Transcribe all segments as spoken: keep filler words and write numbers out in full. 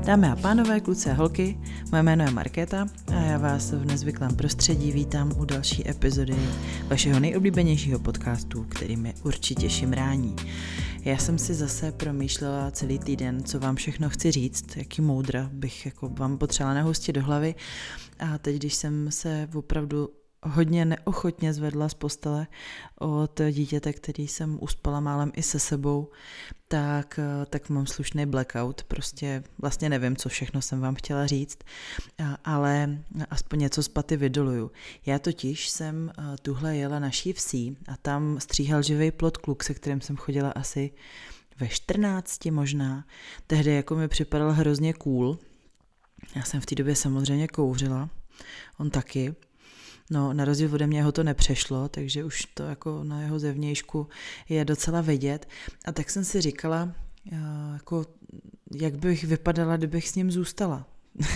Dámy a pánové, kluci a holky, moje jméno je Markéta a já vás v nezvyklém prostředí vítám u další epizody vašeho nejoblíbenějšího podcastu, který mi určitě šimrání. Já jsem si zase promýšlela celý týden, co vám všechno chci říct, jaký moudra bych jako vám potřebovala nahustit do hlavy, a teď, když jsem se opravdu hodně neochotně zvedla z postele od dítěte, který jsem uspala málem i se sebou, tak, tak mám slušný blackout. Prostě vlastně nevím, co všechno jsem vám chtěla říct, ale aspoň něco z paty vydoluju. Já totiž jsem tuhle jela naší vsí a tam stříhal živej plot kluk, se kterým jsem chodila asi ve čtrnácti možná. Tehdy jako mi připadal hrozně cool. Já jsem v té době samozřejmě kouřila, on taky. No, na rozdíl ode mě ho to nepřešlo, takže už to jako na jeho zevnějšku je docela vidět. A tak jsem si říkala, jako, jak bych vypadala, kdybych s ním zůstala.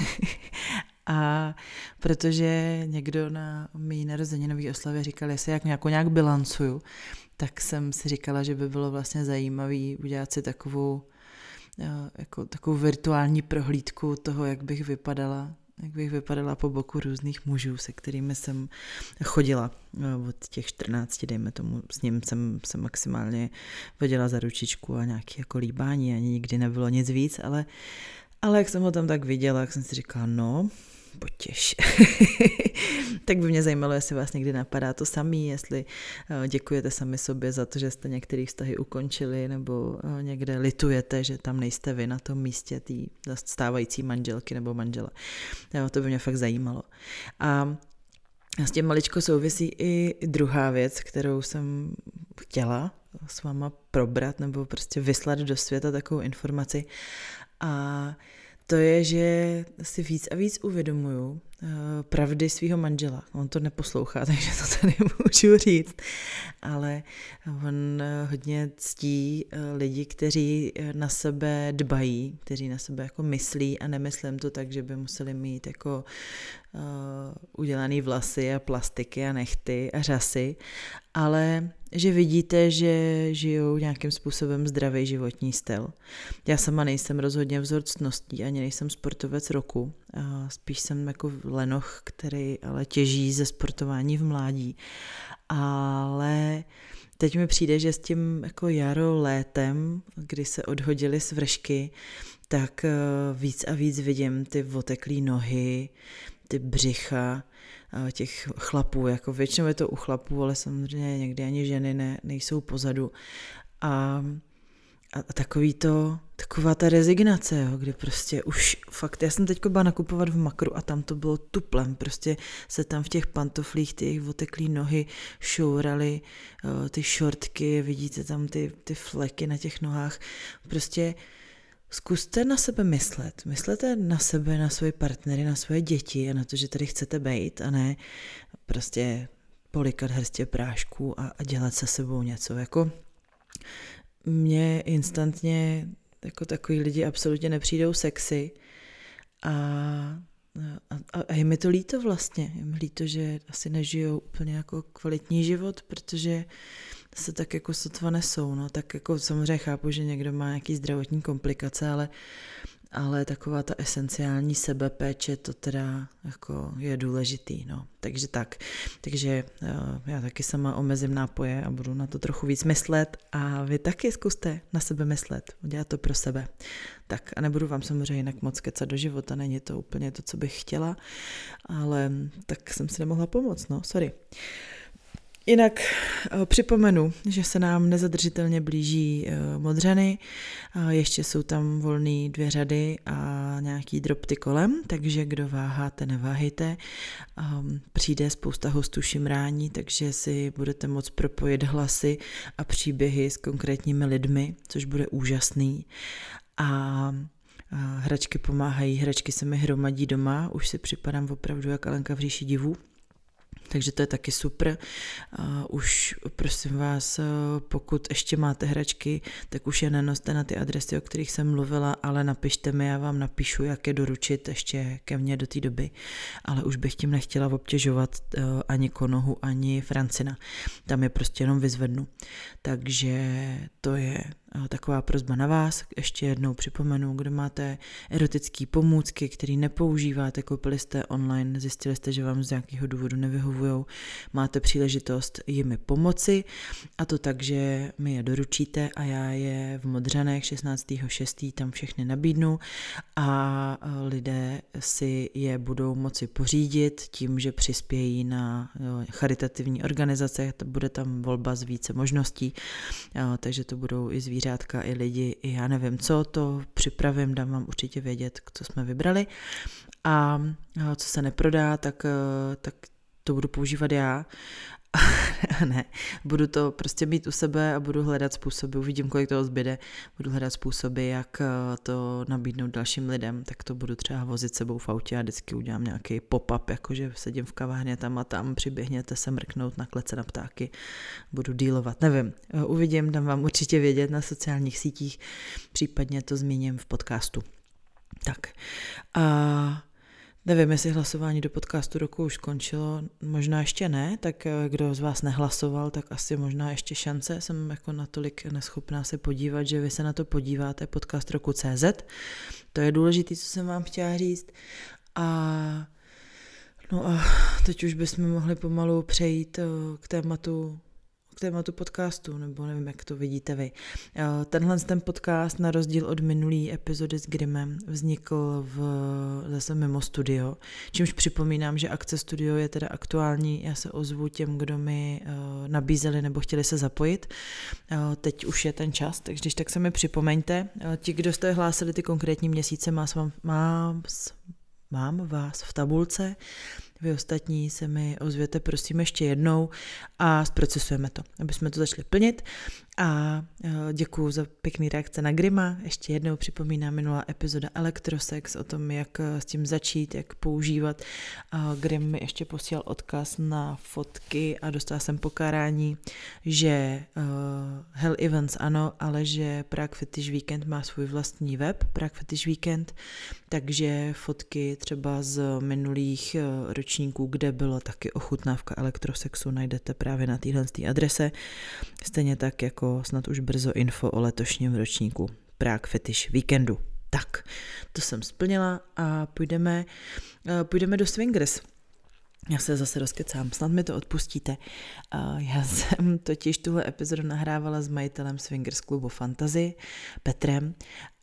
A protože někdo na mý narozeninové oslavě říkal, jestli jak nějak, nějak bilancuju, tak jsem si říkala, že by bylo vlastně zajímavý udělat si takovou, jako, takovou virtuální prohlídku toho, jak bych vypadala. Jak bych vypadala po boku různých mužů, se kterými jsem chodila od těch čtrnácti, dejme tomu, s ním jsem se maximálně vodila za ručičku a nějaké jako líbání, ani nikdy nebylo nic víc, ale, ale jak jsem ho tam tak viděla, jak jsem si říkala, no, potěš. Tak by mě zajímalo, jestli vás někdy napadá to samý, jestli děkujete sami sobě za to, že jste některé vztahy ukončili, nebo někde litujete, že tam nejste vy na tom místě té stávající manželky nebo manžela. Jo, to by mě fakt zajímalo. A s tím maličko souvisí i druhá věc, kterou jsem chtěla s váma probrat nebo prostě vyslat do světa takovou informaci. A to je, že si víc a víc uvědomuju uh, pravdy svého manžela. On to neposlouchá, takže to tady můžu říct. Ale on uh, hodně ctí uh, lidi, kteří na sebe dbají, kteří na sebe jako myslí, a nemyslím to tak, že by museli mít jako uh, udělaný vlasy a plastiky a nechty a řasy, ale že vidíte, že žijou nějakým způsobem zdravý životní styl. Já sama nejsem rozhodně vzor ctností, ani nejsem sportovec roku. Spíš jsem jako lenoch, který ale těží ze sportování v mládí. Ale teď mi přijde, že s tím jako jaro, létem, kdy se odhodily svršky, tak víc a víc vidím ty oteklý nohy, ty břicha těch chlapů, jako většinou je to u chlapů, ale samozřejmě někdy ani ženy ne, nejsou pozadu. A, a takový to, taková ta rezignace, jo, kdy prostě už fakt, já jsem teďko byla nakupovat v Makru a tam to bylo tuplem, prostě se tam v těch pantoflích ty jejich oteklý nohy šouraly, ty šortky, vidíte tam ty, ty fleky na těch nohách, prostě zkuste na sebe myslet. Myslete na sebe, na svoje partnery, na svoje děti a na to, že tady chcete bejt, a ne prostě polikat hrstě prášků a, a dělat se sebou něco. Jako mně instantně jako takový lidi absolutně nepřijdou sexy a, a, a je mi to líto vlastně. Je mi líto, že asi nežijou úplně jako kvalitní život, protože se tak jako sotva nesou, no, tak jako samozřejmě chápu, že někdo má nějaký zdravotní komplikace, ale, ale taková ta esenciální sebepéče, to teda jako je důležitý, no, takže tak, takže já taky sama omezím nápoje a budu na to trochu víc myslet a vy taky zkuste na sebe myslet, udělat to pro sebe. Tak a nebudu vám samozřejmě jinak moc kecat do života, není to úplně to, co bych chtěla, ale tak jsem si nemohla pomoct, no, sorry. Jinak připomenu, že se nám nezadržitelně blíží Modřany, ještě jsou tam volné dvě řady a nějaký dropty kolem, takže kdo váháte, neváhejte. Přijde spousta hostů šimrání, takže si budete moct propojit hlasy a příběhy s konkrétními lidmi, což bude úžasný. A hračky pomáhají, hračky se mi hromadí doma, už si připadám opravdu jak Alenka v říši divů. Takže to je taky super. Uh, už prosím vás, uh, pokud ještě máte hračky, tak už je nenoste na ty adresy, o kterých jsem mluvila, ale napište mi, já vám napíšu, jak je doručit ještě ke mně do té doby. Ale už bych tím nechtěla obtěžovat uh, ani Konohu, ani Francina. Tam je prostě jenom vyzvednu. Takže to je taková prosba na vás, ještě jednou připomenu, kdo máte erotické pomůcky, které nepoužíváte, koupili jste online, zjistili jste, že vám z nějakého důvodu nevyhovujou, máte příležitost jimi pomoci, a to tak, že mi je doručíte a já je v Modřanech šestnáctého šestého tam všechny nabídnu a lidé si je budou moci pořídit tím, že přispějí na charitativní organizace, bude tam volba z více možností, takže to budou i zvířátka, i lidi, i já nevím co, to připravím, dám vám určitě vědět, co jsme vybrali, a co se neprodá, tak, tak to budu používat já. Ne, budu to prostě mít u sebe a budu hledat způsoby, uvidím, kolik toho zbyde, budu hledat způsoby, jak to nabídnout dalším lidem, tak to budu třeba vozit sebou v autě a vždycky udělám nějaký pop-up, jakože sedím v kavárně tam a tam, přiběhněte se mrknout na klece na ptáky, budu dílovat, nevím, uvidím, dám vám určitě vědět na sociálních sítích, případně to zmíním v podcastu. Tak a nevím, jestli hlasování do podcastu roku už skončilo, možná ještě ne, tak kdo z vás nehlasoval, tak asi možná ještě šance, jsem jako natolik neschopná se podívat, že vy se na to podíváte, podcast roku tečka cé zet, to je důležité, co jsem vám chtěla říct. A no a teď už bychom mohli pomalu přejít k tématu k tématu podcastu, nebo nevím, jak to vidíte vy. Tenhle ten podcast, na rozdíl od minulý epizody s Grimem, vznikl v, zase mimo studio, čímž připomínám, že akce studio je teda aktuální, já se ozvu těm, kdo mi uh, nabízeli nebo chtěli se zapojit. Uh, teď už je ten čas, takže když tak se mi připomeňte. Uh, ti, kdo jste hlásili ty konkrétní měsíce, má, mám, mám vás v tabulce. Vy ostatní se mi ozvěte prosím ještě jednou a zprocesujeme to, aby jsme to začali plnit. A děkuju za pěkný reakce na Grima. Ještě jednou připomínám minulá epizoda Elektrosex, o tom, jak s tím začít, jak používat. A Grim mi ještě posílal odkaz na fotky a dostala jsem pokárání, že uh, Hell Events ano, ale že Prague Fetish Weekend má svůj vlastní web, Prague Fetish Weekend, takže fotky třeba z minulých uh, ročníků, kde bylo taky ochutnávka elektrosexu, najdete právě na téhle adrese. Stejně tak jako snad už brzo info o letošním ročníku Prague Fetish Weekendu. Tak, to jsem splnila a půjdeme, půjdeme do Swingers. Já se zase rozkecám, snad mi to odpustíte. Já jsem totiž tuhle epizodu nahrávala s majitelem Swingers klubu Fantasy, Petrem,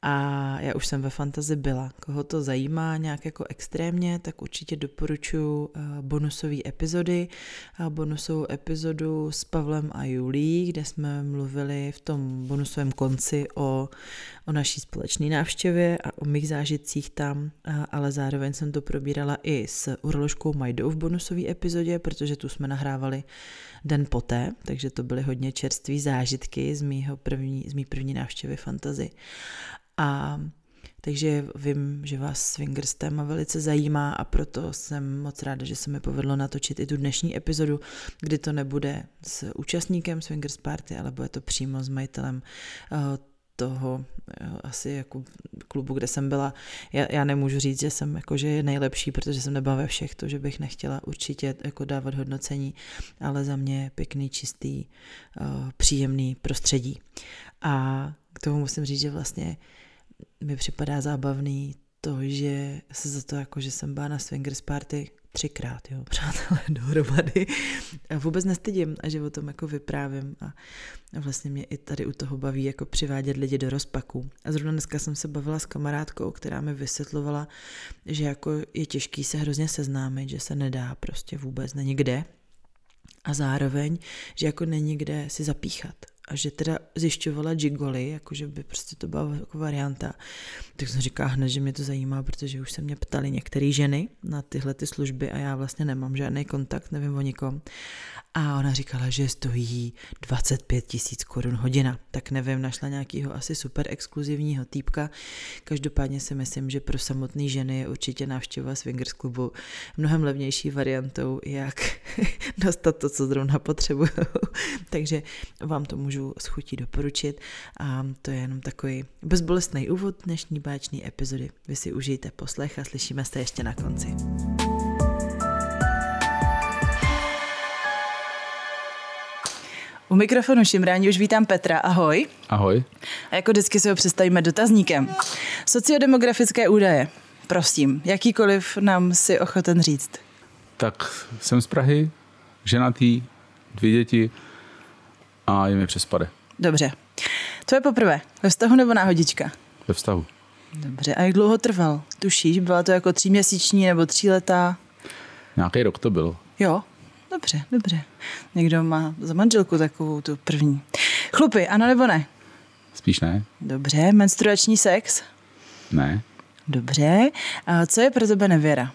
a já už jsem ve Fantasy byla. Koho to zajímá nějak jako extrémně, tak určitě doporučuji bonusové epizody. Bonusovou epizodu s Pavlem a Julí, kde jsme mluvili v tom bonusovém konci o, o naší společné návštěvě a o mých zážitcích tam, ale zároveň jsem to probírala i s uroložkou Majdou v bonusové epizodě, protože tu jsme nahrávali den poté, takže to byly hodně čerstvé zážitky z mýho první, z mý první návštěvy Fantasy. A takže vím, že vás Swingers téma velice zajímá a proto jsem moc ráda, že se mi povedlo natočit i tu dnešní epizodu, kdy to nebude s účastníkem Swingers Party, ale bude to přímo s majitelem uh, toho uh, asi jako klubu, kde jsem byla. Já, já nemůžu říct, že jsem jako, že je nejlepší, protože jsem nebyla ve všech, to, že bych nechtěla určitě jako dávat hodnocení, ale za mě pěkný, čistý, uh, příjemný prostředí. A k tomu musím říct, že vlastně mi připadá zábavný to, že se za to jako, že jsem byla na Swingers Party třikrát, jo, přátelé, dohromady. A vůbec nestydím a že o tom jako vyprávím a vlastně mě i tady u toho baví jako přivádět lidi do rozpaku. A zrovna dneska jsem se bavila s kamarádkou, která mi vysvětlovala, že jako je těžký se hrozně seznámit, že se nedá prostě vůbec není kde a zároveň, že jako není kde si zapíchat. A že teda zjišťovala gigoly, jakože by prostě to byla jako varianta. Tak jsem říkala hned, že mě to zajímá, protože už se mě ptali některé ženy na tyhle ty služby a já vlastně nemám žádný kontakt, nevím o nikom. A ona říkala, že stojí dvacet pět tisíc korun hodina. Tak nevím, našla nějakého asi super exkluzivního týpka. Každopádně si myslím, že pro samotné ženy je určitě návštěva Swingers klubu mnohem levnější variantou, jak dostat to, co zrovna potřebuju. Takže vám to můžu s chutí doporučit. A to je jenom takový bezbolestný úvod dnešní báječné epizody. Vy si užijte poslech a slyšíme se ještě na konci. U mikrofonu Šimrání už vítám Petra. Ahoj. Ahoj. A jako vždycky se ho představíme dotazníkem. Sociodemografické údaje. Prosím, jakýkoliv nám si ochoten říct. Tak jsem z Prahy, ženatý, dvě děti a je mi přes pade. Dobře. To je poprvé. Ve vztahu nebo náhodička? Ve vztahu. Dobře. A jak dlouho trval? Tušíš, byla to jako tříměsíční nebo tříletá? Nějaký rok to bylo. Jo. Dobře, dobře. Někdo má za manželku takovou tu první. Chlupy, ano nebo ne? Spíš ne. Dobře. Menstruační sex? Ne. Dobře. A co je pro tebe nevěra?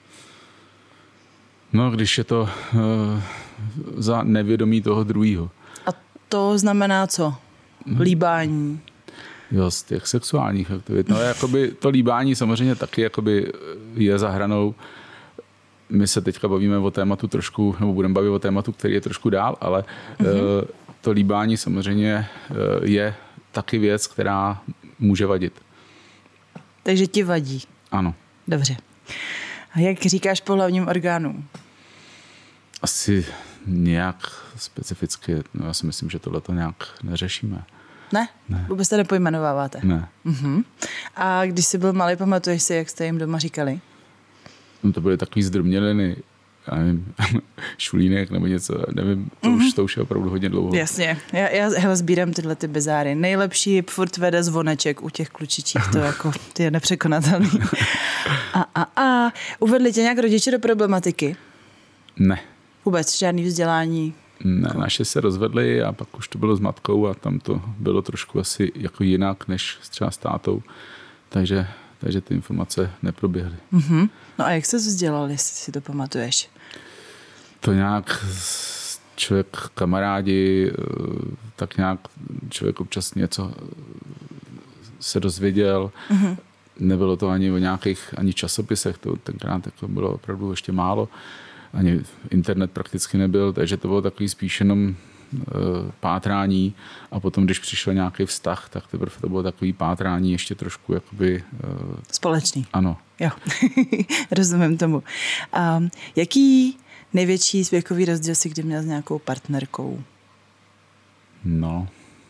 No, když je to uh, za nevědomí toho druhýho. A to znamená co? Líbání. Jo, z těch sexuálních aktivit. No, jakoby to líbání samozřejmě taky jakoby je za hranou. My se teďka bavíme o tématu trošku, nebo budeme bavit o tématu, který je trošku dál, ale mm-hmm. uh, to líbání samozřejmě uh, je taky věc, která může vadit. Takže ti vadí? Ano. Dobře. A jak říkáš pohlavním orgánům? Asi nějak specificky, no já si myslím, že tohle to nějak neřešíme. Ne? Ne. Vůbec to nepojmenováváte? Ne. Uh-huh. A když jsi byl malý, pamatuješ si, jak jste jim doma říkali? No to byly takový zdrobněliny, já nevím, šulínek nebo něco, nevím, to, uh-huh. už, to už je opravdu hodně dlouho. Jasně, já, já hele, sbírám tyhle ty bizáry. Nejlepší furt vede zvoneček u těch klučičích, to jako, ty je nepřekonatelný. A, a, a, uvedli tě nějak rodiče do problematiky? Ne. Vůbec žádný vzdělání? Ne, naše se rozvedli a pak už to bylo s matkou a tam to bylo trošku asi jako jinak než třeba s tátou, takže, takže ty informace neproběhly. Mm-hmm. No a jak se vzdělal, jestli si to pamatuješ? To nějak člověk, kamarádi, tak nějak člověk občas něco se dozvěděl. Mm-hmm. Nebylo to ani o nějakých ani časopisech, to tenkrát jako bylo opravdu ještě málo. Ani internet prakticky nebyl, takže to bylo takový spíš jenom uh, pátrání a potom, když přišel nějaký vztah, tak teprve to bylo takový pátrání ještě trošku jakoby... Uh, společný. Ano. Jo, rozumím tomu. A jaký největší věkový rozdíl si kdy měl s nějakou partnerkou? No,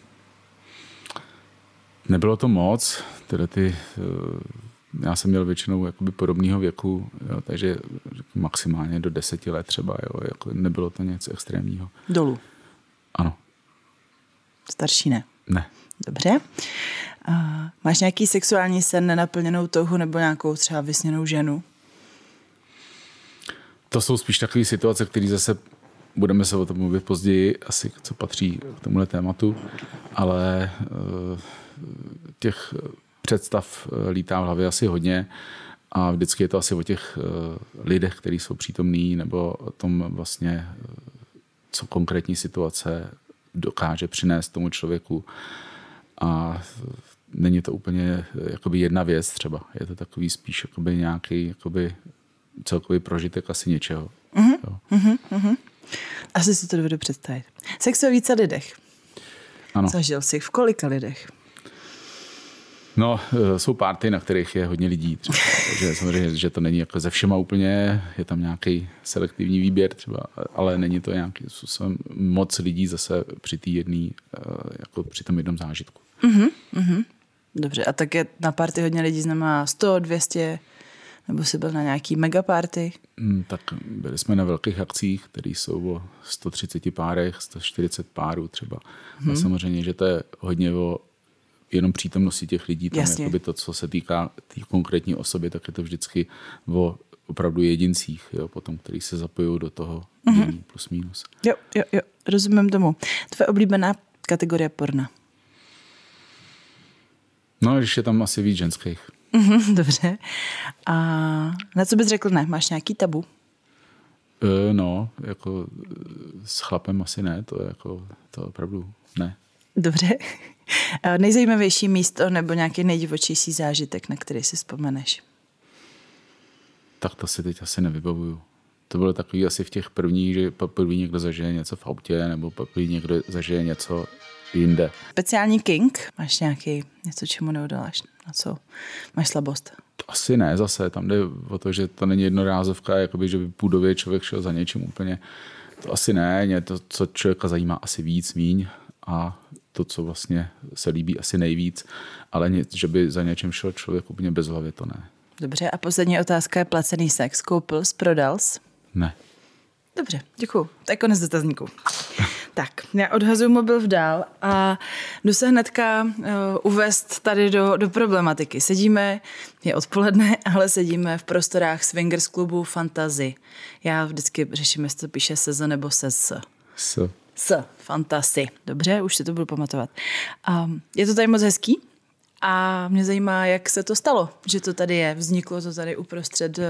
nebylo to moc, teda ty... Uh, já jsem měl většinou jakoby podobného věku, jo, takže maximálně do deseti let třeba, jo, jako nebylo to nic extrémního. Dolů? Ano. Starší ne? Ne. Dobře. A máš nějaký sexuální sen, nenaplněnou touhu nebo nějakou třeba vysněnou ženu? To jsou spíš takové situace, které zase budeme se o tom mluvit později, asi co patří k tomuhle tématu, ale uh, těch představ lítá v hlavě asi hodně a vždycky je to asi o těch lidech, kteří jsou přítomní, nebo o tom vlastně, co konkrétní situace dokáže přinést tomu člověku. A není to úplně jakoby jedna věc třeba. Je to takový spíš jakoby nějaký jakoby celkový prožitek asi něčeho. Uh-huh, uh-huh, uh-huh. Asi si to dovedu představit. Sex o více lidech. Ano. Zažil jsi v kolika lidech? No, jsou párty, na kterých je hodně lidí. Třeba. Takže samozřejmě, že to není jako ze všema úplně, je tam nějaký selektivní výběr třeba, ale není to nějaký způsobem moc lidí zase při té jedné, jako při tom jednom zážitku. Uh-huh, uh-huh. Dobře, a tak je na party hodně lidí znamená sto, dvě stě, nebo jsi byl na nějaký megaparty? Hmm, tak byli jsme na velkých akcích, které jsou o sto třicet párech, sto čtyřicet párů třeba. Uh-huh. A samozřejmě, že to je hodně o jenom přítomnosti těch lidí, tam jakoby to, co se týká té tý konkrétní osoby, tak je to vždycky o opravdu jedincích, jo, potom, který se zapojují do toho dění, mm-hmm. plus minus. Jo, jo, jo, rozumím tomu. Tvoje oblíbená kategorie porna? No, když je tam asi víc ženských. Mm-hmm, dobře. A na co bys řekl ne? Máš nějaký tabu? E, no, jako s chlapem asi ne, to je jako, to opravdu ne. Dobře. Nejzajímavější místo nebo nějaký nejdivočejší zážitek, na který si vzpomeneš? Tak to si teď asi nevybavuju. to bylo takový asi v těch prvních, že poprvé někdo zažije něco v autě nebo poprvé někdo zažije něco jinde. Speciální king? Máš nějaký něco, čemu neodoláš? Na co máš slabost? To asi ne zase. Tam jde o to, že to není jednorázovka, jakoby, že by půdově člověk šel za něčím úplně. To asi ne. Je to, co člověka zajímá asi víc, míň a to, co vlastně se líbí asi nejvíc. Ale ně, že by za něčím šel člověk úplně bez hlavy, to ne. Dobře, a poslední otázka je placený sex. Koupil jsi, prodal jsi? Ne. Dobře, děkuju. To je konec dotazníku. Tak, já odhazuju mobil vdál a jdu se hnedka uh, uvést tady do, do problematiky. Sedíme, je odpoledne, ale sedíme v prostorách swingers klubu Fantasy. Já vždycky řeším, jestli to píše se nebo se s. S. S. Fantasy. Dobře, už si to budu pamatovat. Um, je to tady moc hezký a mě zajímá, jak se to stalo, že to tady je. Vzniklo to tady uprostřed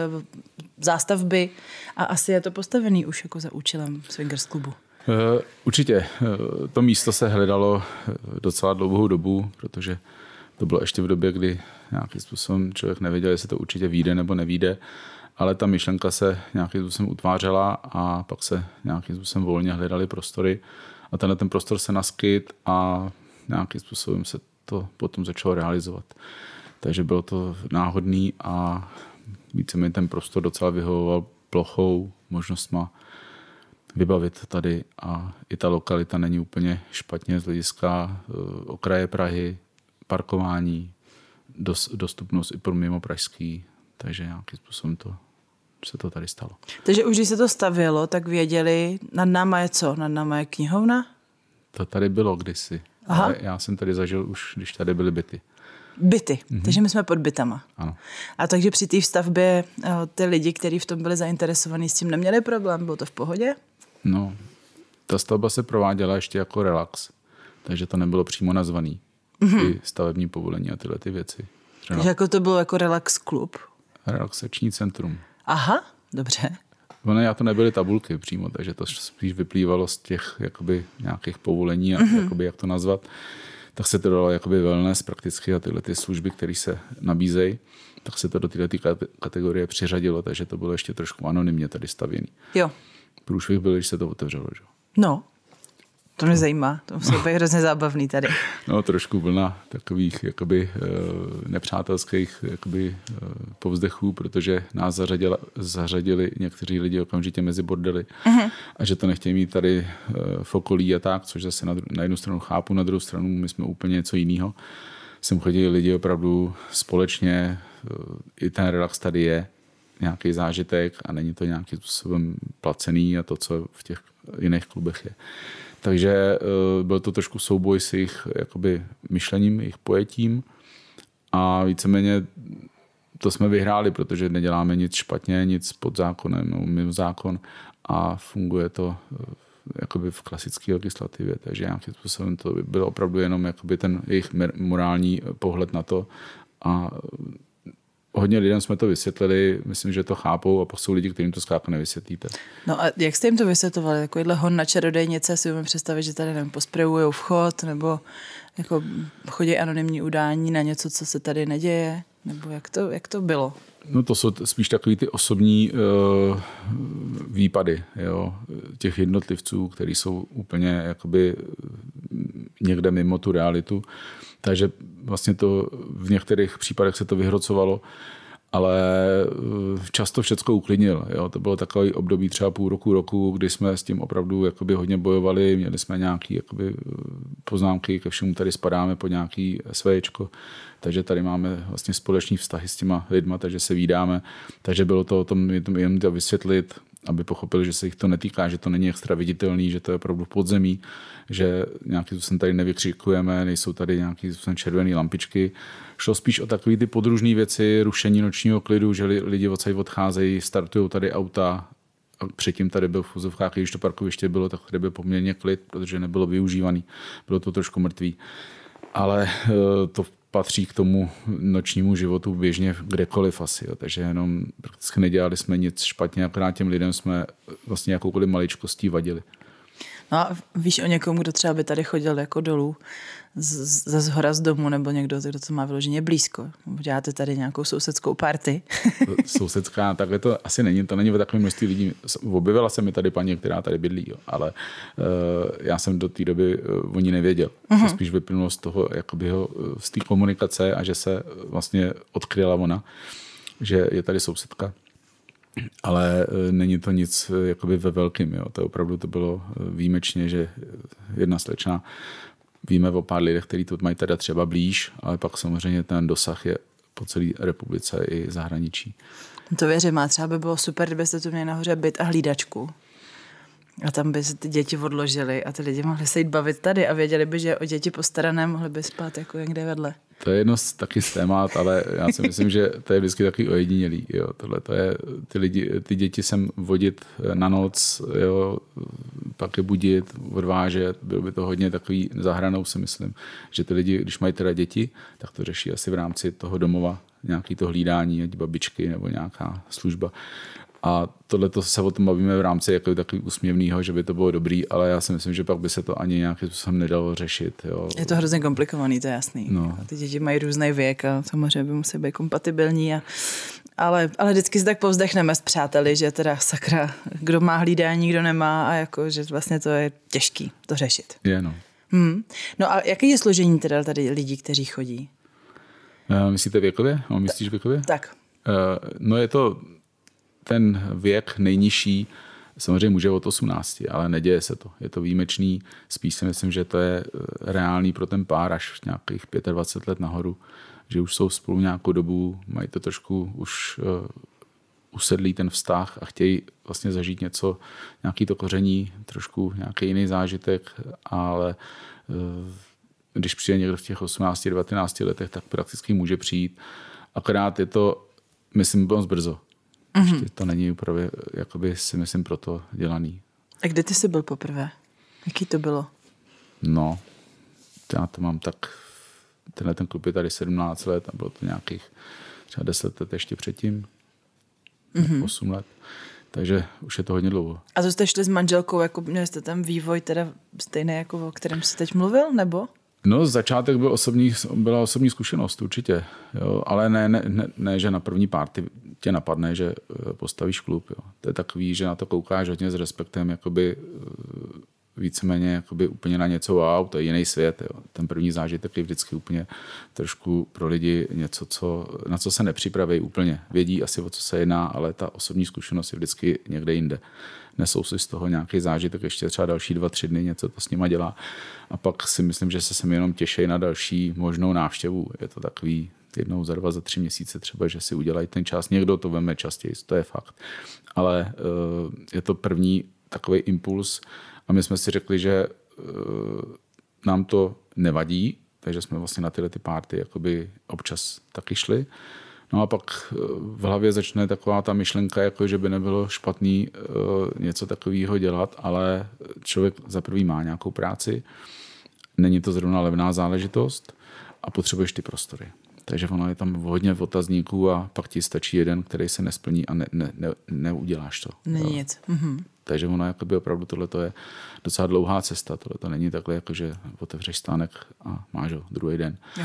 zástavby a asi je to postavený už jako za účelem swingers klubu. Uh, určitě. Uh, to místo se hledalo docela dlouhou dobu, protože to bylo ještě v době, kdy nějakým způsobem člověk nevěděl, jestli to určitě vyjde nebo nevyjde, ale ta myšlenka se nějakým způsobem utvářela a pak se nějakým způsobem volně hledaly prostory a tenhle ten prostor se naskyt a nějakým způsobem se to potom začalo realizovat. Takže bylo to náhodný a víceméně ten prostor docela vyhovoval plochou, možnostma vybavit tady a i ta lokalita není úplně špatně z hlediska okraje Prahy, parkování, dostupnost i pro mimo pražský, takže nějakým způsobem to, se to tady stalo. Takže už když se to stavělo, tak věděli, nad náma je co? Nad náma je knihovna? To tady bylo kdysi. Ale já jsem tady zažil už, když tady byly byty. Byty, mm-hmm. Takže my jsme pod bytama. Ano. A takže při té stavbě ty lidi, kteří v tom byli zainteresovaní, s tím neměli problém? Bylo to v pohodě? No, ta stavba se prováděla ještě jako relax, takže to nebylo přímo nazvaný. Mm-hmm. I stavební povolení a tyhle ty věci. Třeba takže jako to bylo jako relax klub? Relaxační centrum. Aha, dobře. Ono, já to nebyly tabulky přímo, takže to spíš vyplývalo z těch jakoby, nějakých povolení a mm-hmm. jakoby, jak to nazvat. Tak se to dalo jakoby wellness prakticky a tyhle ty služby, které se nabízejí, tak se to do této kategorie přiřadilo, takže to bylo ještě trošku anonymně tady stavěný. Jo. Průšvih byl, když se to otevřelo. Že? No, to mě zajímá, to musí být hrozně zábavný tady. No, trošku vlna takových jakoby nepřátelských jakoby povzdechů, protože nás zařadila, zařadili někteří lidi okamžitě mezi bordely uh-huh. a že to nechtějí mít tady v okolí a tak, což zase na, na jednu stranu chápu, na druhou stranu my jsme úplně něco jiného. Sem chodili lidi opravdu společně, i ten relax tady je nějaký zážitek a není to nějakým způsobem placený a to, co v těch jiných klubech je. Takže uh, byl to trošku souboj s jejich jakoby, myšlením, jejich pojetím a víceméně to jsme vyhráli, protože neděláme nic špatně, nic pod zákonem, no, mimo zákon a funguje to uh, jakoby v klasické legislativě, takže nějakým způsobem to byl opravdu jenom jakoby ten jejich morální pohled na to a hodně lidem jsme to vysvětlili, myslím, že to chápou a pak jsou lidi, kterým to zkrátka nevysvětlíte. No a jak jste jim to vysvětlovali? Takovýhle hon na čarodejnice si umím představit, že tady nevím, posprejujou vchod nebo jako chodí anonymní udání na něco, co se tady neděje? Nebo jak to, jak to bylo? No to jsou spíš takový ty osobní uh, výpady, jo, těch jednotlivců, kteří jsou úplně jakoby někde mimo tu realitu. Takže vlastně to v některých případech se to vyhrocovalo, ale často všecko uklidnil. Jo. To bylo takový období třeba půl roku, roku, kdy jsme s tím opravdu jakoby hodně bojovali, měli jsme nějaké jakoby poznámky, ke všemu tady spadáme pod nějaký SVčko, takže tady máme vlastně společný vztahy s těma lidma, takže se vídáme, takže bylo to o tom jen to vysvětlit, aby pochopili, že se jich to netýká, že to není extra viditelný, že to je opravdu v podzemí, že nějaký způsobem tady nevykřikujeme, nejsou tady nějaký způsobem červené lampičky. Šlo spíš o takové ty podružné věci, rušení nočního klidu, že lidi odsaď odcházejí, startují tady auta. A předtím tady byl v fuzovkách, když to parkoviště bylo, tak tady byl poměrně klid, protože nebylo využívaný. Bylo to trošku mrtvý. Ale to patří k tomu nočnímu životu běžně kdekoliv asi. Jo. Takže jenom prakticky nedělali jsme nic špatně, akorát těm lidem jsme vlastně jakoukoliv maličkostí vadili. No a víš o někom, kdo třeba by tady chodil jako dolů ze zhora z domu, nebo někdo, kdo to má vyloženě blízko? Děláte tady nějakou sousedskou party? Sousedská, takhle to asi není, to není o takové množství lidí. Objevila se mi tady paní, která tady bydlí, jo, ale uh, já jsem do té doby uh, o ní nevěděl. Uh-huh. To spíš vyplynulo z toho, jakoby ho, z té komunikace a že se vlastně odkryla ona, že je tady sousedka. Ale není to nic jakoby ve velkým. Jo. To opravdu to bylo výjimečně, že jedna slečna, víme o pár lidech, kteří to mají teda třeba blíž, ale pak samozřejmě ten dosah je po celé republice i zahraničí. To věřím, a třeba by bylo super, kdybyste tu měli nahoře byt a hlídačku. A tam by se ty děti odložily a ty lidi mohli se jít bavit tady a věděli by, že o děti postarané mohli by spát jako někde vedle. To je jedno z taky z témat, ale já si myslím, že to je vždycky taky ojedinělý. Jo. Tohle to je, ty, lidi, ty děti sem vodit na noc, jo, pak je budit, odvážet, bylo by to hodně takový za hranou, si myslím, že ty lidi, když mají teda děti, tak to řeší asi v rámci toho domova, nějaký to hlídání, ať babičky nebo nějaká služba. A tohle se o tom bavíme v rámci jako takový úsměvnýho, že by to bylo dobrý, ale já si myslím, že pak by se to ani nějakým způsobem nedalo řešit. Jo. Je to hrozně komplikovaný, to je jasný. No. Ty děti mají různý věk a samozřejmě by musí být kompatibilní. A, ale, ale vždycky si tak povzdechneme s přáteli, že teda sakra, kdo má hlídání, kdo nemá a jako, že vlastně to je těžký to řešit. Je, no. Hmm. No a jaké je složení teda tady lidí, kteří chodí? Uh, myslíte věkově? No, myslíš věkově? Tak. Uh, no je to ten věk nejnižší, samozřejmě může od osmnácti, ale neděje se to. Je to výjimečný. Spíš si myslím, že to je reálný pro ten pár až nějakých dvacet pět let nahoru, že už jsou spolu nějakou dobu, mají to trošku už uh, usedlý ten vztah a chtějí vlastně zažít něco, nějaký to koření, trošku nějaký jiný zážitek, ale uh, když přijde někdo v těch osmnácti devatenácti letech, tak prakticky může přijít. Akorát je to, myslím, moc brzo. Mm-hmm. To není právě, jakoby si myslím, proto dělaný. A kde ty jsi byl poprvé? Jaký to bylo? No, já to mám tak, tenhle ten klub je tady sedmnáct let a bylo to nějakých třeba deset let ještě předtím, mm-hmm. osm let. Takže už je to hodně dlouho. A to jste šli s manželkou, jako měli jste ten vývoj teda stejný, jako o kterém jsi teď mluvil, nebo? No, začátek byl osobní, byla osobní zkušenost, určitě. Jo, ale ne, ne, ne, ne, že na první párty tě napadne, že postavíš klub. Jo. To je takový, že na to koukáš hodně s respektem, jakoby víceméně jakoby úplně na něco wow, to je jiný svět. Jo. Ten první zážitek je vždycky úplně trošku pro lidi něco, co, na co se nepřipraví úplně. Vědí asi, o co se jedná, ale ta osobní zkušenost je vždycky někde jinde. Nesou si z toho nějaký zážitek, ještě třeba další dva, tři dny, něco to s nima dělá. A pak si myslím, že se sem jenom těší na další možnou návštěvu. Je to takový jednou za dva, za tři měsíce třeba, že si udělají ten čas. Někdo to veme častěji, to je fakt. Ale uh, je to první takový impuls a my jsme si řekli, že uh, nám to nevadí, takže jsme vlastně na tyhle ty párty jakoby občas taky šli. No a pak v hlavě začne taková ta myšlenka, jako že by nebylo špatný uh, něco takového dělat, ale člověk za prvý má nějakou práci, není to zrovna levná záležitost a potřebuješ ty prostory. Takže ono je tam hodně otazníků a pak ti stačí jeden, který se nesplní a ne, ne, ne, neuděláš to. Není nic. Mhm. Takže ono jakoby opravdu tohle je docela dlouhá cesta. Tohle to není takhle, jako že otevřeš stánek a máš ho druhý den. Jo.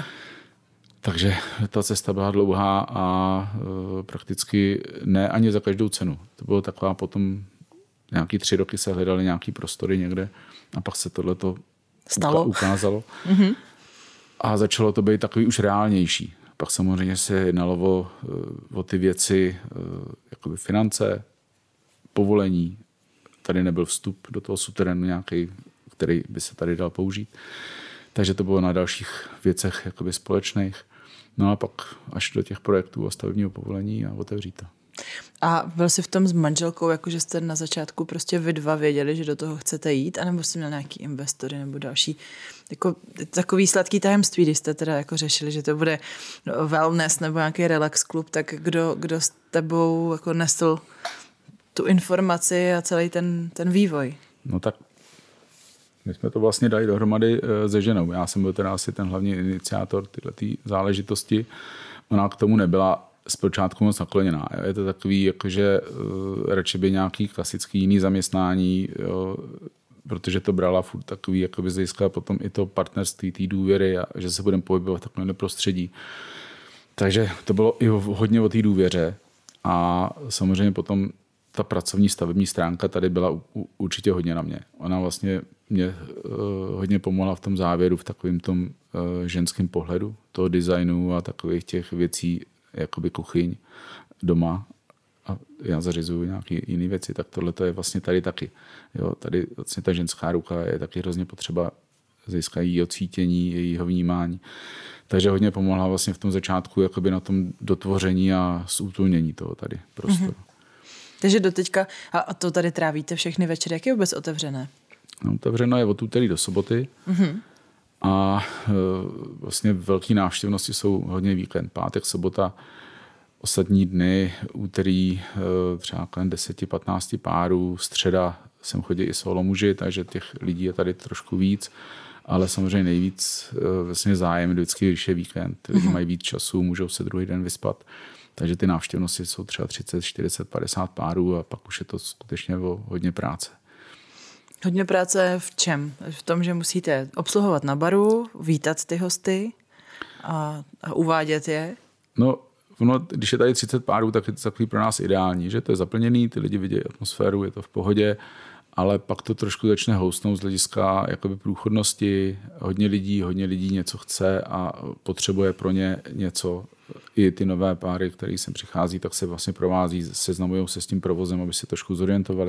Takže ta cesta byla dlouhá a e, prakticky ne ani za každou cenu. To bylo taková potom nějaký tři roky se hledaly nějaký prostory někde a pak se tohleto stalo. ukázalo. Mm-hmm. A začalo to být takový už reálnější. Pak samozřejmě se jednalo o, o ty věci, jakoby finance, povolení. Tady nebyl vstup do toho suterénu nějaký, který by se tady dal použít. Takže to bylo na dalších věcech jakoby společných. No a pak až do těch projektů a stavebního povolení a otevřít to. A byl jsi v tom s manželkou, jakože jste na začátku prostě vy dva věděli, že do toho chcete jít, anebo jsi měl nějaký investory nebo další jako takový sladký tajemství, když jste teda jako řešili, že to bude wellness nebo nějaký relax klub, tak kdo, kdo s tebou jako nesl tu informaci a celý ten, ten vývoj? No tak my jsme to vlastně dali dohromady se ženou. Já jsem byl teda asi ten hlavní iniciátor tyhle záležitosti. Ona k tomu nebyla zpočátku moc nakloněná. Je to takový, jakože uh, radši by nějaký klasický jiný zaměstnání, jo, protože to brala furt takový, jakoby získá potom i to partnerství, té důvěry a že se budeme pohybovat v takovém prostředí. Takže to bylo i hodně o té důvěře a samozřejmě potom ta pracovní stavební stránka tady byla určitě hodně na mě. Ona vlastně mě uh, hodně pomohla v tom závěru, v takovém tom uh, ženském pohledu, toho designu a takových těch věcí, jakoby kuchyň doma. A já zařizuju nějaké jiné věci, tak tohle je vlastně tady taky. Jo, tady vlastně ta ženská ruka je taky hrozně potřeba získat jejího cítění, jejího vnímání. Takže hodně pomohla vlastně v tom začátku jakoby na tom dotvoření a zútulnění toho tady prostoru. Mm-hmm. Takže doteďka, a to tady trávíte všechny večery, jak je vůbec otevřené? No, otevřeno je od úterý do soboty mm-hmm. a e, vlastně velké návštěvnosti jsou hodně víkend, pátek, sobota, ostatní dny, úterý e, třeba kolem deset patnáct párů, středa sem chodí i solo muži, takže těch lidí je tady trošku víc, ale samozřejmě nejvíc e, vlastně zájem vždycky, když je víkend. Lidi mm-hmm. mají víc času, můžou se druhý den vyspat. Takže ty návštěvnosti jsou třeba třicet, čtyřicet, padesát párů a pak už je to skutečně o hodně práce. Hodně práce v čem? V tom, že musíte obsluhovat na baru, vítat ty hosty a, a uvádět je? No, ono, když je tady třicet párů, tak je to takový pro nás ideální, že to je zaplněný, ty lidi vidí atmosféru, je to v pohodě, ale pak to trošku začne houstnout z hlediska jakoby průchodnosti. Hodně lidí, hodně lidí něco chce a potřebuje pro ně něco. I ty nové páry, které sem přichází, tak se vlastně provází, seznamují se s tím provozem, aby se trošku zorientovali.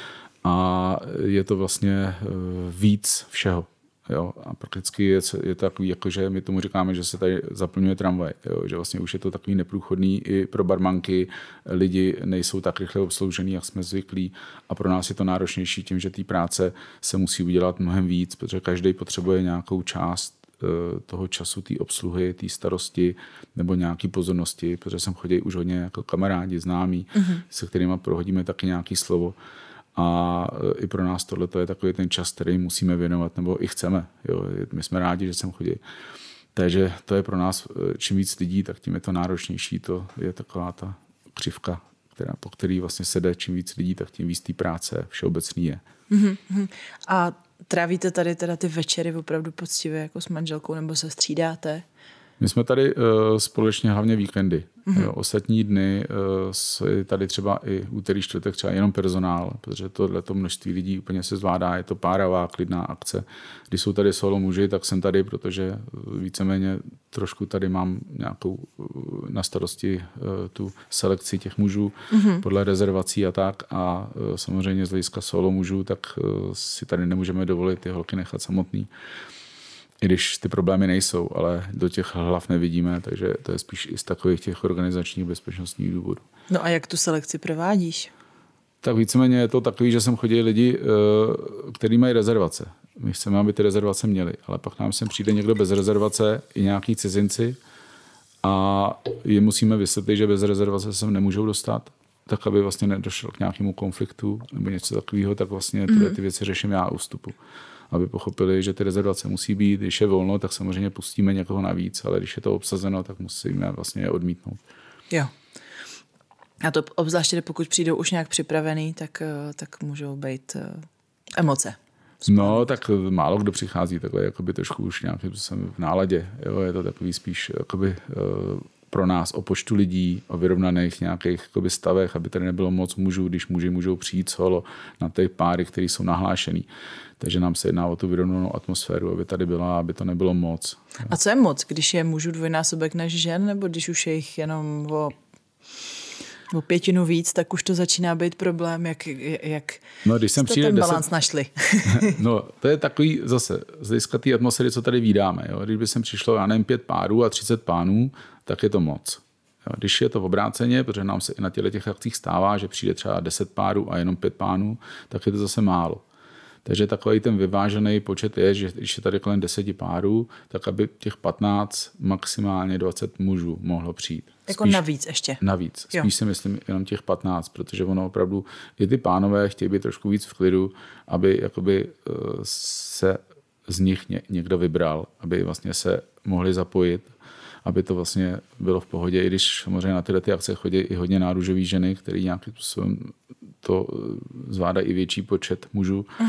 A je to vlastně víc všeho. Jo? A prakticky je, je to takový, jakože my tomu říkáme, že se tady zaplňuje tramvaj. Jo? Že vlastně už je to takový neprůchodný i pro barmanky. Lidi nejsou tak rychle obsloužený, jak jsme zvyklí. A pro nás je to náročnější tím, že té práce se musí udělat mnohem víc, protože každý potřebuje nějakou část toho času, té obsluhy, té starosti nebo nějaký pozornosti, protože sem chodí už hodně jako kamarádi, známí, mm-hmm. se kterými prohodíme taky nějaký slovo. A i pro nás tohle je takový ten čas, který musíme věnovat, nebo i chceme. Jo. My jsme rádi, že sem chodí. Takže to je pro nás, čím víc lidí, tak tím je to náročnější. To je taková ta křivka, která, po který vlastně se jde, čím víc lidí, tak tím víc té práce všeobecný je. Mm-hmm. A trávíte tady teda ty večery opravdu poctivě jako s manželkou, nebo se střídáte? My jsme tady uh, společně hlavně víkendy. Mm-hmm. Jo, ostatní dny uh, je tady třeba i úterý, čtvrtek třeba jenom personál, protože tohleto množství lidí úplně se zvládá, je to páravá, klidná akce. Když jsou tady solo muži, tak jsem tady, protože víceméně trošku tady mám nějakou uh, na starosti uh, tu selekci těch mužů mm-hmm. podle rezervací a tak. A uh, samozřejmě z hlediska solo mužů, tak uh, si tady nemůžeme dovolit ty holky nechat samotný. I když ty problémy nejsou, ale do těch hlav nevidíme, takže to je spíš i z takových těch organizačních bezpečnostních důvodů. No a jak tu selekci provádíš? Tak víceméně je to takový, že sem chodí lidi, kteří mají rezervace. My chceme, aby ty rezervace měli, ale pak nám sem přijde někdo bez rezervace, i nějaký cizinci a je musíme vysvětlit, že bez rezervace sem nemůžou dostat, tak aby vlastně nedošlo k nějakému konfliktu nebo něco takového, tak vlastně tyhle ty věci řeším já u vstupu. Aby pochopili, že ty rezervace musí být. Když je volno, tak samozřejmě pustíme někoho navíc, ale když je to obsazeno, tak musíme vlastně je odmítnout. Jo. A to obzvláště, pokud přijdou už nějak připravený, tak, tak můžou být emoce. No, tak málo kdo přichází takhle jakoby trošku už nějakým způsobem v náladě. Jo, je to takový spíš jakoby, uh, pro nás o počtu lidí, o vyrovnaných nějakých jakoby, stavech, aby tady nebylo moc mužů, když muži můžou přijít solo na ty páry, které jsou nahlášený. Takže nám se jedná o tu vyrovnanou atmosféru, aby tady byla, aby to nebylo moc. A co je moc, když je mužů dvojnásobek než žen, nebo když už je jich jenom o, o pětinu víc, tak už to začíná být problém, jak, jak no, když jste ten balans deset... našli. No, to je takový zase, z hlediska té atmosféry, co tady vídáme. Jo? Když by sem přišlo, já nevím, pět párů a třicet pánů, tak je to moc. Jo? Když je to v obráceně, protože nám se i na těchto těch akcích stává, že přijde třeba deset párů a jenom pět pánů, tak je to zase málo. Takže takový ten vyvážený počet je, že když je tady kolem deseti párů, tak aby těch patnáct, maximálně dvacet mužů mohlo přijít. Jako spíš, navíc ještě. Navíc. Spíš jo. Si myslím jenom těch patnáct, protože ono opravdu, i ty pánové chtějí být trošku víc v klidu, aby jakoby se z nich někdo vybral, aby vlastně se mohli zapojit, aby to vlastně bylo v pohodě, i když samozřejmě na tyhle ty akce chodí i hodně náružový ženy, který nějakým způsobem to zvládají i větší počet mužů, uh-huh.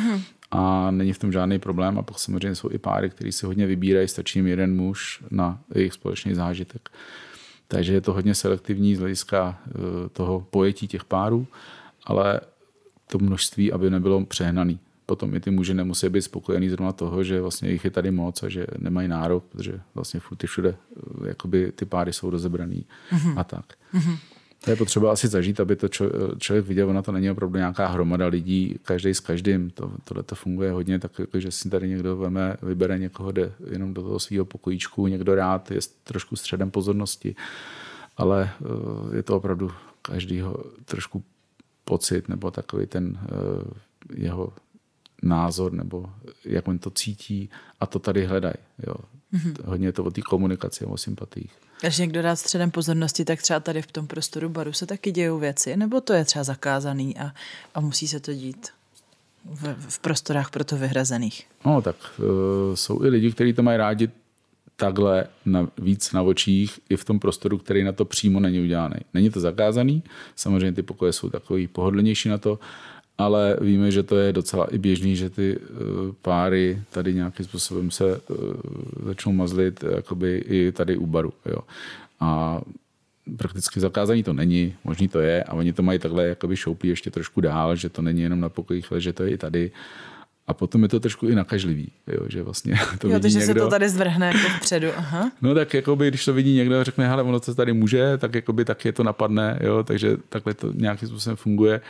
a není v tom žádný problém. A pak samozřejmě jsou i páry, který si hodně vybírají, stačí jim jeden muž na jejich společný zážitek. Takže je to hodně selektivní z hlediska toho pojetí těch párů, ale to množství, aby nebylo přehnaný. Potom i ty muži nemusí být spokojený zrovna toho, že vlastně jich je tady moc a že nemají nárok, protože vlastně furt všude jakoby ty páry jsou rozebraný mm-hmm. a tak. Mm-hmm. To je potřeba asi zažít, aby to čo, člověk viděl, ona to není opravdu nějaká hromada lidí, každý s každým. To, tohle to funguje hodně tak, jako, že si tady někdo veme, vybere někoho, jde jenom do toho svého pokojíčku, někdo rád je trošku středem pozornosti, ale uh, je to opravdu každýho trošku pocit nebo takový ten uh, jeho názor nebo jak on to cítí a to tady hledají. Mm-hmm. Hodně je to o té komunikaci a o sympatiích. Když někdo dá středem pozornosti, tak třeba tady v tom prostoru baru se taky dějou věci, nebo to je třeba zakázaný a, a musí se to dít v, v prostorách proto vyhrazených? No tak uh, jsou i lidi, kteří to mají rádi takhle na, víc na očích i v tom prostoru, který na to přímo není udělaný. Není to zakázaný, samozřejmě ty pokoje jsou takový pohodlnější na to, ale víme, že to je docela i běžný, že ty uh, páry tady nějakým způsobem se uh, začnou mazlit jakoby i tady u baru. Jo. A prakticky zakázaný to není, možný to je a oni to mají takhle jakoby šoupí ještě trošku dál, že to není jenom na pokojích, ale že to je i tady. A potom je to trošku i nakažlivý, jo, že vlastně to jo, vidí takže někdo. se to tady zvrhne jako vpředu. Aha. No tak jakoby, když to vidí někdo a řekne, hele, ono to tady může, tak jakoby taky je to napadne, jo, takže takhle to nějakým způsobem funguje.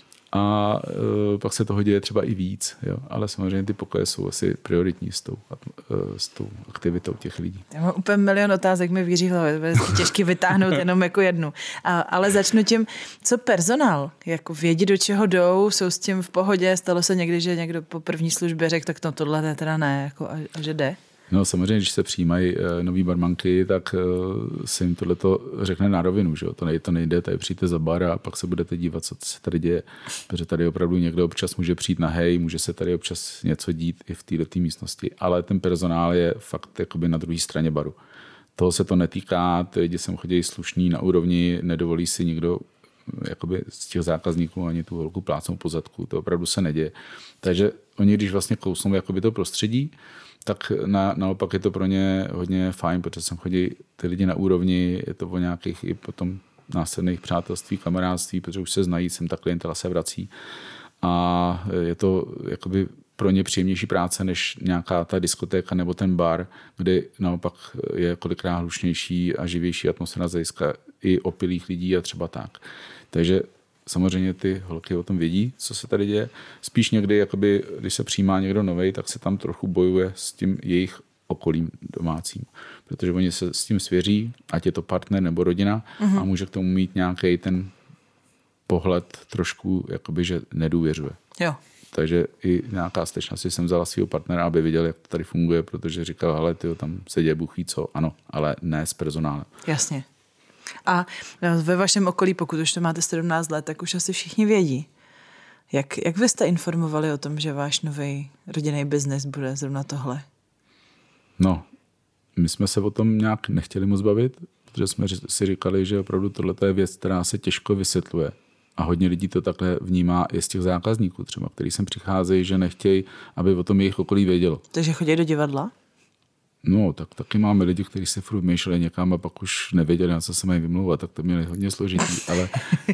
A uh, pak se toho děje třeba i víc, jo. Ale samozřejmě ty pokoje jsou asi prioritní s tou, uh, s tou aktivitou těch lidí. Já mám úplně milion otázek, mi víří hlavě, je těžké vytáhnout jenom jako jednu. A, ale začnu tím, co personál, jako vědí, do čeho jdou, jsou s tím v pohodě, stalo se někdy, že někdo po první službě řekl, tak no, tohle teda ne, jako, a, a že jde? No samozřejmě, když se přijímají uh, nový barmanky, tak uh, se jim tohleto řekne na rovinu, že jo? To nejde, to nejde, tady přijďte za bar a pak se budete dívat, co se tady děje. Protože tady opravdu někdo občas může přijít na hej, může se tady občas něco dít i v této místnosti, ale ten personál je fakt jakoby na druhé straně baru. Toho se to netýká, ty lidi sem chodí slušní na úrovni, nedovolí si nikdo jakoby z těch zákazníků ani tu holku plácnou po zadku, to opravdu se neděje. Takže oni, když vlastně kousnou jakoby to prostředí, tak na, naopak je to pro ně hodně fajn, protože sem chodí ty lidi na úrovni, je to o nějakých i potom následných přátelství, kamarádství, protože už se znají, sem ta klientela se vrací a je to jakoby pro ně příjemnější práce než nějaká ta diskotéka nebo ten bar, kde naopak je kolikrát hlučnější a živější atmosféra z hlediska i opilých lidí a třeba tak. Takže samozřejmě ty holky o tom vědí, co se tady děje. Spíš někdy, jakoby, když se přijímá někdo novej, tak se tam trochu bojuje s tím jejich okolím domácím. Protože oni se s tím svěří, ať je to partner nebo rodina, mm-hmm. a může k tomu mít nějaký ten pohled trošku, jakoby, že nedůvěřuje. Jo. Takže i nějaká stečna si jsem vzala svého partnera, aby viděl, jak to tady funguje, protože říkal, hele, tyjo, tam se děje buchví co. Ano, ale ne s personálem. Jasně. A ve vašem okolí, pokud už to máte sedmnáct let, tak už asi všichni vědí. Jak, jak vy jste informovali o tom, že váš nový rodinný biznes bude zrovna tohle? No, my jsme se o tom nějak nechtěli moc bavit, protože jsme si říkali, že opravdu tohle je věc, která se těžko vysvětluje. A hodně lidí to takhle vnímá i z těch zákazníků třeba, který sem přicházejí, že nechtějí, aby o tom jejich okolí vědělo. Takže chodí do divadla? No, tak taky máme lidi, kteří se furt myšleli někam a pak už nevěděli, na co se mají vymlouvat, tak to měli hodně složitý, ale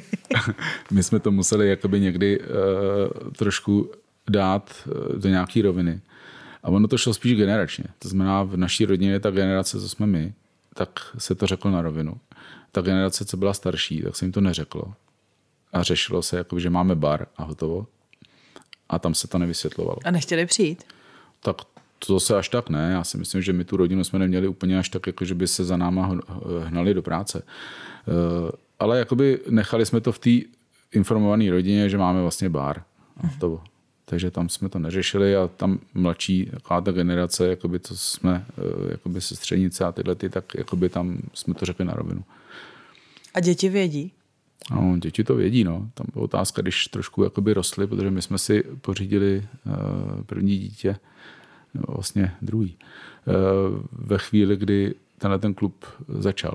my jsme to museli jakoby někdy uh, trošku dát uh, do nějaký roviny. A ono to šlo spíš generačně. To znamená, v naší rodině ta generace, co jsme my, tak se to řeklo na rovinu. Ta generace, co byla starší, tak se jim to neřeklo. A řešilo se, jako, že máme bar a hotovo. A tam se to nevysvětlovalo. A nechtěli přijít? Tak to se až tak ne. Já si myslím, že my tu rodinu jsme neměli úplně až tak, jako, že by se za náma hnali do práce. Ale jakoby nechali jsme to v té informované rodině, že máme vlastně bar. A hotovo. Takže tam jsme to neřešili a tam mladší taková ta generace, jakoby to jsme, jakoby sestřenice a tyhle ty, tak jakoby tam jsme to řekli na rovinu. A děti vědí? No, děti to vědí, no. Tam byla otázka, když trošku jakoby rostly, protože my jsme si pořídili uh, první dítě, no, vlastně druhý, uh, ve chvíli, kdy tenhle ten klub začal.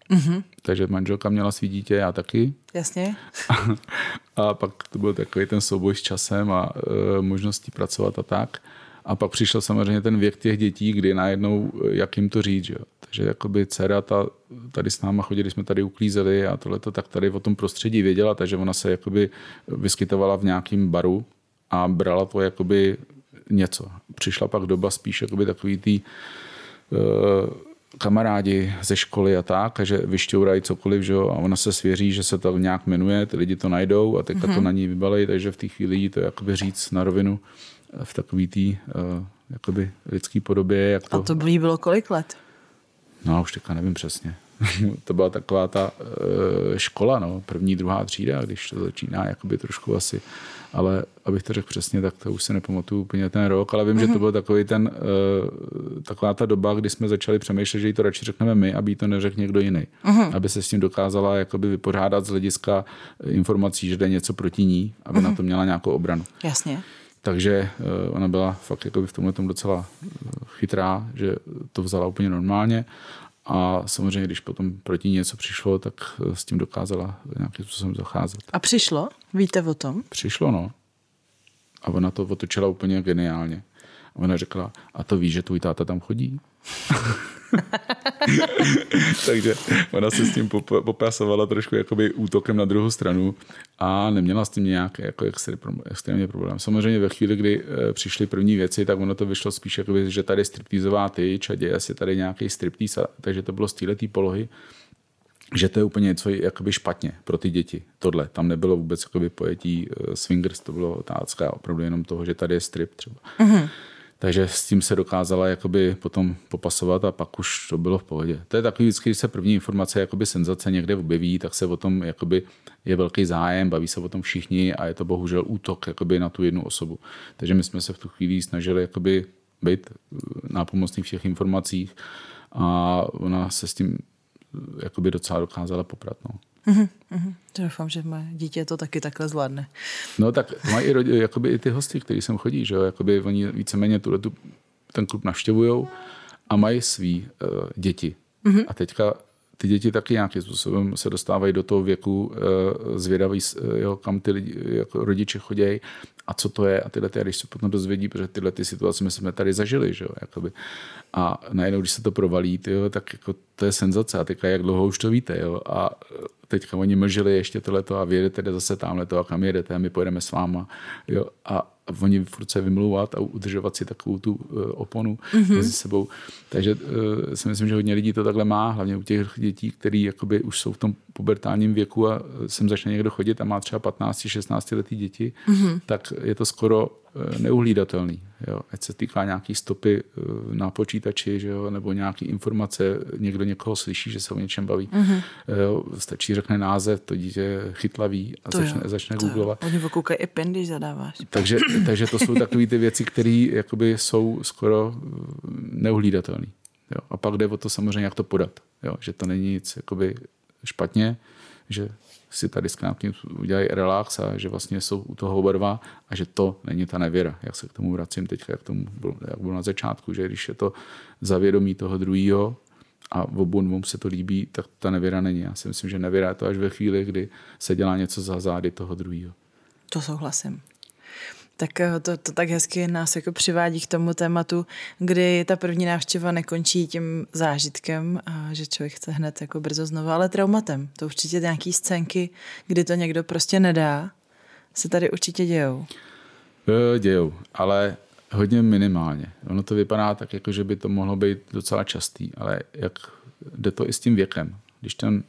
Mm-hmm. Takže manželka měla svý dítě, já taky. Jasně. A, a pak to byl takový ten souboj s časem a e, možností pracovat a tak. A pak přišel samozřejmě ten věk těch dětí, kdy najednou, jak jim to říct. Jo. Takže jakoby dcera ta, tady s náma chodili, jsme tady uklízeli a tohleto, tak tady o tom prostředí věděla, takže ona se jakoby vyskytovala v nějakém baru a brala to jakoby něco. Přišla pak doba spíš jakoby takový tý uh, kamarádi ze školy a tak, a že vyšťourají cokoliv, že jo, a ona se svěří, že se to nějak jmenuje, ty lidi to najdou a teďka mm-hmm. to na ní vybalejí, takže v té chvíli to jakoby říct na rovinu v takový tý uh, jakoby lidský podobě. Jak to... A to jí bylo kolik let? No, už teďka nevím přesně. To byla taková ta uh, škola, no, první, druhá třída, když to začíná jakoby trošku asi, ale abych to řekl přesně, tak to už se nepamatuju úplně ten rok, ale vím, mm-hmm. že to byl takový ten, uh, taková ta doba, kdy jsme začali přemýšlet, že jí to radši řekneme my, aby jí to neřekl někdo jiný. Mm-hmm. Aby se s tím dokázala jakoby vypořádat z hlediska informací, že jde něco proti ní, aby mm-hmm. na to měla nějakou obranu. Jasně. Takže ona byla fakt jakoby v tomhle tom docela chytrá, že to vzala úplně normálně a samozřejmě, když potom proti ní něco přišlo, tak s tím dokázala nějakým způsobem zacházet. A přišlo? Víte o tom? Přišlo, no. A ona to otočila úplně geniálně. A ona řekla, a to víš, že tvůj táta tam chodí? Takže ona se s tím popasovala trošku jakoby útokem na druhou stranu a neměla s tím nějaký jako extrémně problém. Samozřejmě ve chvíli, kdy přišly první věci, tak ono to vyšlo spíš jakoby, že tady striptýzová tyč a děje se tady nějaký striptýz, takže to bylo z této polohy, že to je úplně něco jakoby špatně pro ty děti. Tohle, tam nebylo vůbec jakoby pojetí swingers, to bylo otázka opravdu jenom toho, že tady je strip třeba. Mm-hmm. Takže s tím se dokázala jakoby potom popasovat a pak už to bylo v pohodě. To je takový vždycky, když se první informace, jakoby senzace někde objeví, tak se o tom jakoby je velký zájem, baví se o tom všichni a je to bohužel útok jakoby na tu jednu osobu. Takže my jsme se v tu chvíli snažili jakoby být nápomocný v těch informacích a ona se s tím jakoby docela dokázala poprat. No. Uhum, uhum. To doufám, že moje dítě to taky takhle zvládne. No tak mají i, jakoby i ty hosti, kteří sem chodí, že jo, jakoby oni víceméně tu, ten klub navštěvujou a mají svý uh, děti. Uhum. A teďka ty děti taky nějakým způsobem se dostávají do toho věku uh, zvědaví, uh, kam ty lidi, jako rodiče chodějí a co to je a tyhle ty, když se potom dozvědí, protože tyhle ty situace my jsme tady zažili, že jo, jakoby. A najednou, když se to provalí, tyjo, tak jako to je senzace a teďka jak dlouho už to víte, jo, a teďka oni mlžili ještě tohleto a vy jedete zase tamhleto a kam jedete a my pojedeme s váma, jo, a oni furt se vymlouvat a udržovat si takovou tu uh, oponu mm-hmm. mezi sebou. Takže uh, si myslím, že hodně lidí to takhle má, hlavně u těch dětí, který jakoby už jsou v tom pubertálním věku a sem začne někdo chodit a má třeba patnáct šestnáct letý děti, mm-hmm. tak je to skoro uh, neuhlídatelný. Jo. Ať se týká nějaký stopy uh, na počítači, že jo, nebo nějaký informace, někdo někoho slyší, že se o něčem baví. Mm-hmm. Jo, stačí řekne název, to dítě chytlavý a to začne, začne googlovat. Oni okoukají i pin, když zadáváš. Takže, takže to jsou takové ty věci, které jakoby jsou skoro neuhlídatelné. A pak jde o to samozřejmě, jak to podat. Jo. Že to není nic jakoby špatně, že si tady s krátkým udělají relax a že vlastně jsou u toho oba dva a že to není ta nevěra. Jak se k tomu vracím teď, jak tomu bylo, jak bylo na začátku, že když je to zavědomí toho druhého a obou dvou se to líbí, tak ta nevěra není. Já si myslím, že nevěra je to až ve chvíli, kdy se dělá něco za zády toho druhého. To souhlasím. Tak to, to tak hezky nás jako přivádí k tomu tématu, kdy ta první návštěva nekončí tím zážitkem a že člověk chce hned jako brzo znovu, ale traumatem. To určitě nějaký scénky, kdy to někdo prostě nedá, se tady určitě dějou. Dějou, ale hodně minimálně. Ono to vypadá tak, jako že by to mohlo být docela častý, ale jak jde to i s tím věkem. Když ten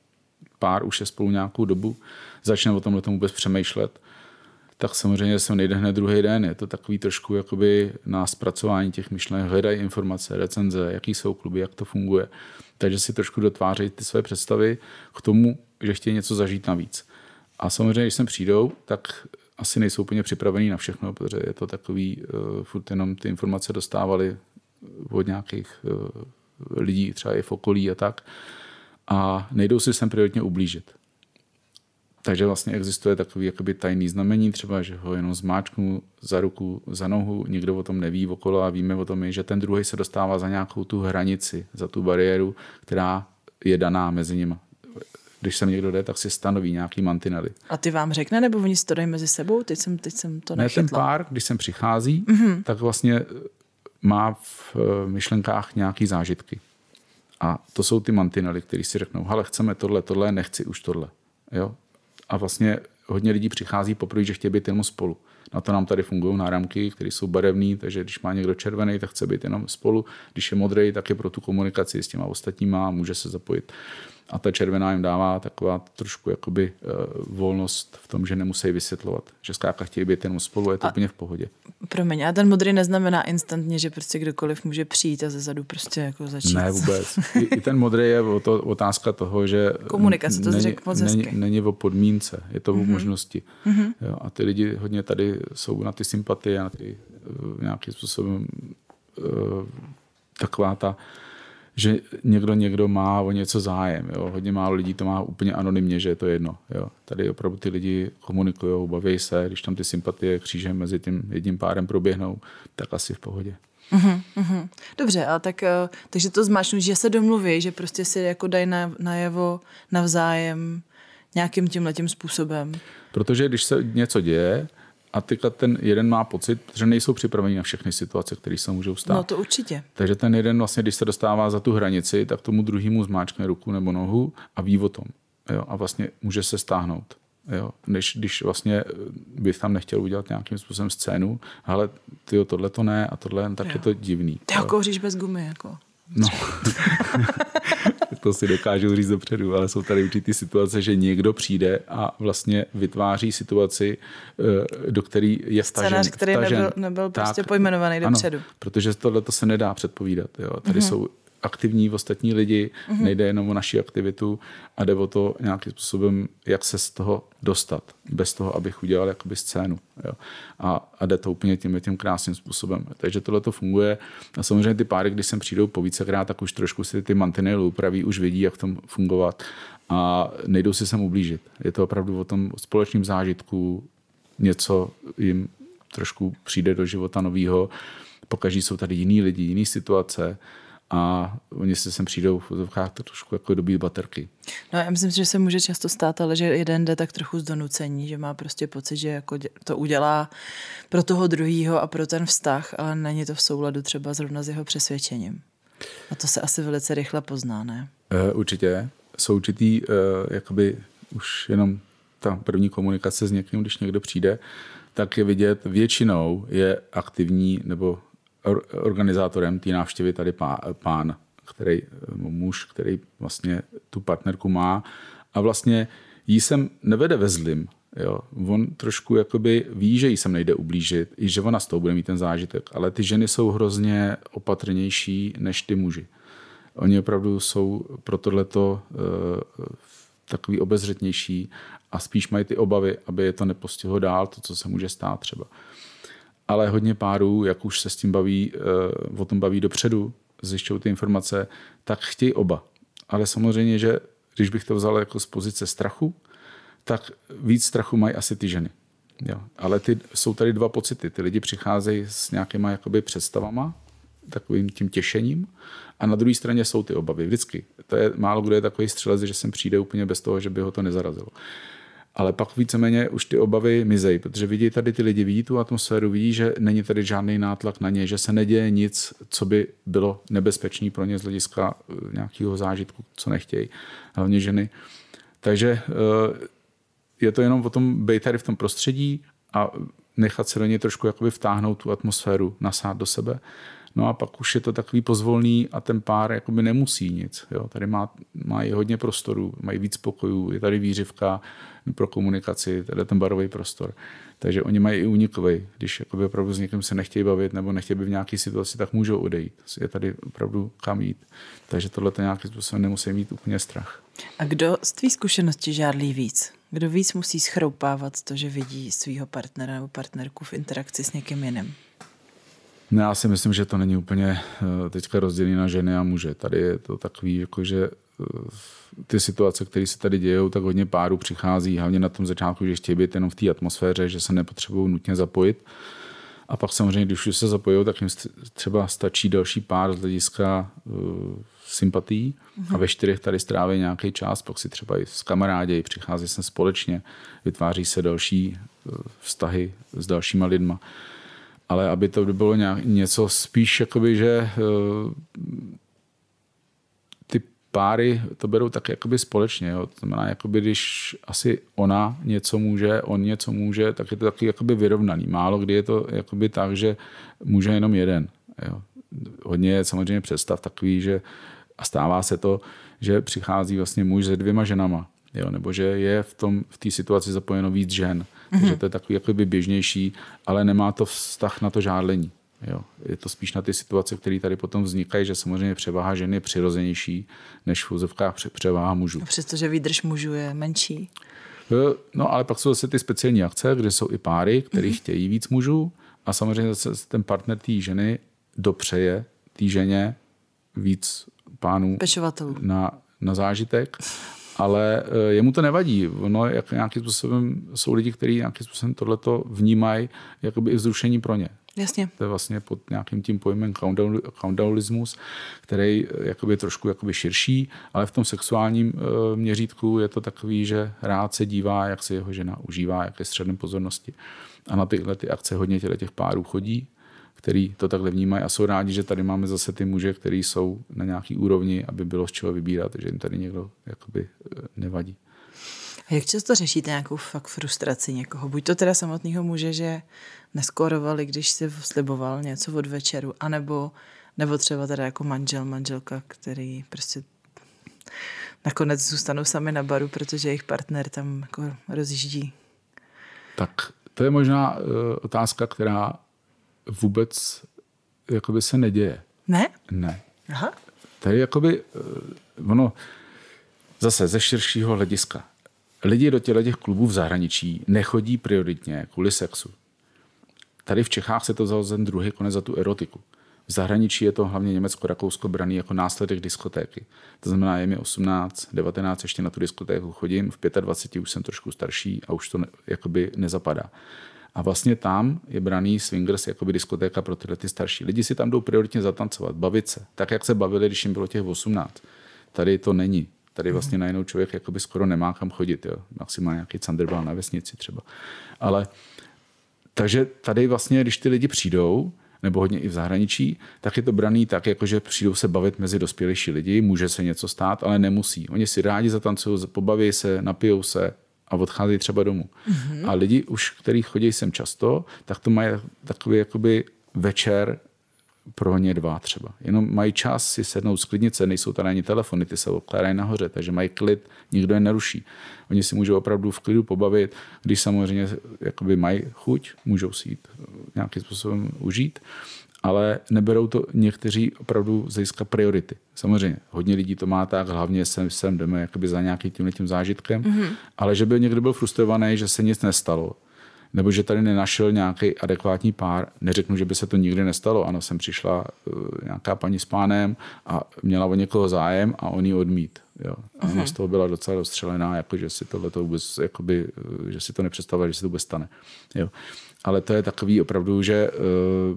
pár už je spolu nějakou dobu, začne o tomhle tomu vůbec přemýšlet, tak samozřejmě se nejde hned druhý den. Je to takový trošku jakoby na zpracování těch myšlenek, hledají informace, recenze, jaký jsou kluby, jak to funguje. Takže si trošku dotvářejí ty své představy k tomu, že chtějí něco zažít navíc. A samozřejmě, když sem přijdou, tak asi nejsou úplně připravení na všechno, protože je to takový, uh, furt jenom ty informace dostávali od nějakých uh, lidí, třeba i v okolí a tak. A nejdou si sem prioritně ublížit. Takže vlastně existuje takový jakoby tajný znamení, třeba, že ho jenom zmáčknu za ruku, za nohu, nikdo o tom neví okolo a víme o tom, že ten druhý se dostává za nějakou tu hranici, za tu bariéru, která je daná mezi nimi. Když sem někdo jde, tak si stanoví nějaký mantinely. A ty vám řekne, nebo oni si to dají mezi sebou? Teď jsem, teď jsem to nechytla. Ne, ten pár, když sem přichází, mm-hmm. tak vlastně má v myšlenkách nějaký zážitky. A to jsou ty mantinely, které si řeknou, hele, chceme tohle, tohle, nechci už tohle. Jo? A vlastně hodně lidí přichází poprvé, že chtějí být jenom spolu. Na to nám tady fungují náramky, které jsou barevné, takže když má někdo červený, tak chce být jenom spolu. Když je modrý, tak je pro tu komunikaci s těma ostatníma a může se zapojit. A ta červená jim dává taková trošku jakoby uh, volnost v tom, že nemusí vysvětlovat. Že zkrátka chtějí být jenom spolu, je to a, úplně v pohodě. Promiň, a ten modrý neznamená instantně, že prostě kdokoliv může přijít a zezadu prostě jako začít. Ne, vůbec. I, i ten modrý je o to, otázka toho, že komunikace, to není, řekl moc hezky. Není, není o podmínce, je to mm-hmm. o možnosti. Mm-hmm. Jo, a ty lidi hodně tady jsou na ty sympatie, na ty uh, nějakým způsobem uh, taková ta že někdo někdo má o něco zájem. Jo. Hodně málo lidí to má úplně anonymně, že je to jedno. Jo. Tady opravdu ty lidi komunikují, baví se, když tam ty sympatie křížem mezi tím jedním párem proběhnou, tak asi v pohodě. Uhum, uhum. Dobře, ale tak, takže to zmáčnu, že se domluví, že prostě si jako dají na, najevo navzájem nějakým tímhletím způsobem. Protože když se něco děje, a teďka ten jeden má pocit, že nejsou připraveni na všechny situace, které se můžou stát. No to určitě. Takže ten jeden vlastně, když se dostává za tu hranici, tak tomu druhému zmáčkne ruku nebo nohu a ví o tom. Jo? A vlastně může se stáhnout. Jo? Než, když vlastně by tam nechtěl udělat nějakým způsobem scénu, ale tyjo, tohle to ne a tohle, tak jo. Je to divný. Ty ho kouříš bez gumy, jako. No. To si dokážu říct dopředu, ale jsou tady určitý situace, že někdo přijde a vlastně vytváří situaci, do který je vtažen. Scénář, který vtažen, nebyl, nebyl tak, prostě pojmenovaný dopředu. Ano, protože tohle to se nedá předpovídat. Jo. Tady mm-hmm. jsou aktivní ostatní lidi, mm-hmm. nejde jenom o naši aktivitu a jde o to nějakým způsobem, jak se z toho dostat, bez toho, abych udělal jakoby scénu. Jo. A, a jde to úplně tím, tím krásným způsobem. Takže tohle to funguje. A samozřejmě ty páry, když sem přijdou po vícekrát, tak už trošku si ty mantinely upraví, už vědí, jak v tom fungovat a nejdou si sem ublížit. Je to opravdu o tom společném zážitku, něco jim trošku přijde do života novýho. Pokaždý jsou tady jiný lidi, jiný situace, a oni se sem přijdou v fotovkách trošku jako dobít baterky. No já myslím, že se může často stát, ale že jeden jde tak trochu z donucení, že má prostě pocit, že jako to udělá pro toho druhýho a pro ten vztah, ale není to v souladu třeba zrovna s jeho přesvědčením. A to se asi velice rychle pozná, ne? Uh, určitě. Jsou určitý, uh, jakoby už jenom ta první komunikace s někým, když někdo přijde, tak je vidět, většinou je aktivní nebo organizátorem té návštěvy tady pán, který, muž, který vlastně tu partnerku má a vlastně jí sem nevede ve zlým. Jo. On trošku jakoby ví, že jí sem nejde ublížit, i že ona z toho bude mít ten zážitek, ale ty ženy jsou hrozně opatrnější než ty muži. Oni opravdu jsou pro tohleto uh, takový obezřetnější a spíš mají ty obavy, aby je to nepostihlo dál, to, co se může stát třeba. Ale hodně párů, jak už se s tím baví, o tom baví dopředu, zjišťují ty informace, tak chtějí oba. Ale samozřejmě, že když bych to vzal jako z pozice strachu, tak víc strachu mají asi ty ženy. Jo. Ale ty, jsou tady dva pocity. Ty lidi přicházejí s nějakýma jakoby představama, takovým tím těšením a na druhé straně jsou ty obavy. Vždycky. To je, málo kdo je takový střelec, že sem přijde úplně bez toho, že by ho to nezarazilo. Ale pak víceméně už ty obavy mizejí, protože vidí tady ty lidi, vidí tu atmosféru, vidí, že není tady žádný nátlak na ně, že se neděje nic, co by bylo nebezpečné pro ně z hlediska nějakého zážitku, co nechtějí, hlavně ženy. Takže je to jenom o tom být tady v tom prostředí a nechat se do něj trošku jakoby vtáhnout tu atmosféru, nasát do sebe. No a pak už je to takový pozvolný a ten pár jakoby nemusí nic. Jo. Tady má, mají hodně prostoru, mají víc pokojů, je tady výřivka pro komunikaci, tady ten barový prostor. Takže oni mají i únikový. Když jakoby opravdu s někým se nechtějí bavit nebo nechtějí být v nějaké situaci, tak můžou odejít. Je tady opravdu kam jít. Takže tohle to nějakým způsobem nemusí mít úplně strach. A kdo z tvý zkušenosti žádlí víc? Kdo víc musí schroupávat to, že vidí svého partnera nebo partnerku v interakci s někým jiným? No, já si myslím, že to není úplně teďka rozdělené na ženy a muže. Tady je to takový, jako že ty situace, které se tady dějou, tak hodně párů přichází, hlavně na tom začátku, že chtějí být jenom v té atmosféře, že se nepotřebují nutně zapojit. A pak samozřejmě, když už se zapojí, tak jim třeba stačí další pár z hlediska uh, sympatií mm-hmm. a ve čtyřech tady stráví nějaký čas, pak si třeba i s kamarádi přichází sem společně, vytváří se další uh, vztahy s dalšíma lidma. Ale aby to bylo nějak, něco spíš, jakoby, že uh, ty páry to berou tak jakoby společně. Jo. To znamená, jakoby, když asi ona něco může, on něco může, tak je to taky jakoby vyrovnaný. Málo kdy je to jakoby tak, že může jenom jeden. Jo. Hodně je samozřejmě představ takový, že a stává se to, že přichází vlastně muž se dvěma ženama. Jo, nebo že je v tom v té situaci zapojeno víc žen. Mm-hmm. Takže to je takový jakoby běžnější, ale nemá to vztah na to žádlení. Jo. Je to spíš na ty situace, které tady potom vznikají, že samozřejmě převaha žen je přirozenější, než v úzovkách převaha mužů. A přestože výdrž mužů je menší. No ale pak jsou zase ty speciální akce, kde jsou i páry, které mm-hmm. chtějí víc mužů a samozřejmě zase ten partner té ženy dopřeje té ženě víc pánů na, na zážitek. Ale jemu to nevadí. Ono jak nějakým způsobem jsou lidi, kteří nějakým způsobem tohleto vnímají jakoby i vzrušení pro ně. Jasně. To je vlastně pod nějakým tím pojmem countdown, countdownismus, který jakoby trošku jakoby širší, ale v tom sexuálním e, měřítku je to takový, že rád se dívá, jak se jeho žena užívá, jak je středem pozornosti. A na tyhle ty akce hodně těch párů chodí, který to takhle vnímají a jsou rádi, že tady máme zase ty muže, kteří jsou na nějaký úrovni, aby bylo z čeho vybírat, že jim tady někdo jakoby nevadí. A jak často řešíte nějakou fakt frustraci někoho? Buď to teda samotného muže, že neskorovali, když si sliboval něco od večeru, anebo nebo třeba teda jako manžel, manželka, který prostě nakonec zůstanou sami na baru, protože jejich partner tam jako rozjíždí. Tak to je možná uh, otázka, která vůbec jakoby se neděje. Ne? Ne. Aha. Tady jakoby, ono, zase ze širšího hlediska. Lidi do těch klubů v zahraničí nechodí prioritně kvůli sexu. Tady v Čechách se to vzal ten druhý konec za tu erotiku. V zahraničí je to hlavně Německo, Rakousko braný jako následek diskotéky. To znamená, je mi osmnáct, devatenáct, ještě na tu diskotéku chodím, v dvacet pět už jsem trošku starší a už to ne, jakoby nezapadá. A vlastně tam je braný swingers jakoby diskotéka pro tyhle ty starší. Lidi si tam jdou prioritně zatancovat, bavit se. Tak, jak se bavili, když jim bylo těch osmnáct. Tady to není. Tady vlastně najednou člověk jakoby skoro nemá kam chodit. Jo. Maximálně nějaký Thunderball na vesnici třeba. Ale takže tady vlastně, když ty lidi přijdou, nebo hodně i v zahraničí, tak je to braný tak, jakože přijdou se bavit mezi dospělejší lidi, může se něco stát, ale nemusí. Oni si rádi zatancují, pobaví se, napijou se a odcházejí třeba domů. Mm-hmm. A lidi už, kteří chodí sem často, tak to mají takový jakoby večer pro ně dva třeba. Jenom mají čas si sednout z klidnice, nejsou tady ani telefony, ty se odkládají nahoře, takže mají klid, nikdo je neruší. Oni si můžou opravdu v klidu pobavit, když samozřejmě jakoby mají chuť, můžou si jít nějakým způsobem užít, ale neberou to někteří opravdu z hlediska priority. Samozřejmě, hodně lidí to má tak, hlavně sem, sem jdeme jakoby za nějakým tímhletím zážitkem, mm-hmm. ale že by někdo byl frustrovaný, že se nic nestalo, nebo že tady nenašel nějaký adekvátní pár, neřeknu, že by se to nikdy nestalo. Ano, sem přišla uh, nějaká paní s pánem a měla o někoho zájem a on ji odmít. Jo. A ona mm-hmm. z toho byla docela rozstřelená, jako, že si tohleto vůbec, jakoby, že si to nepředstavila, že se to vůbec stane. Jo. Ale to je takový opravdu, že uh,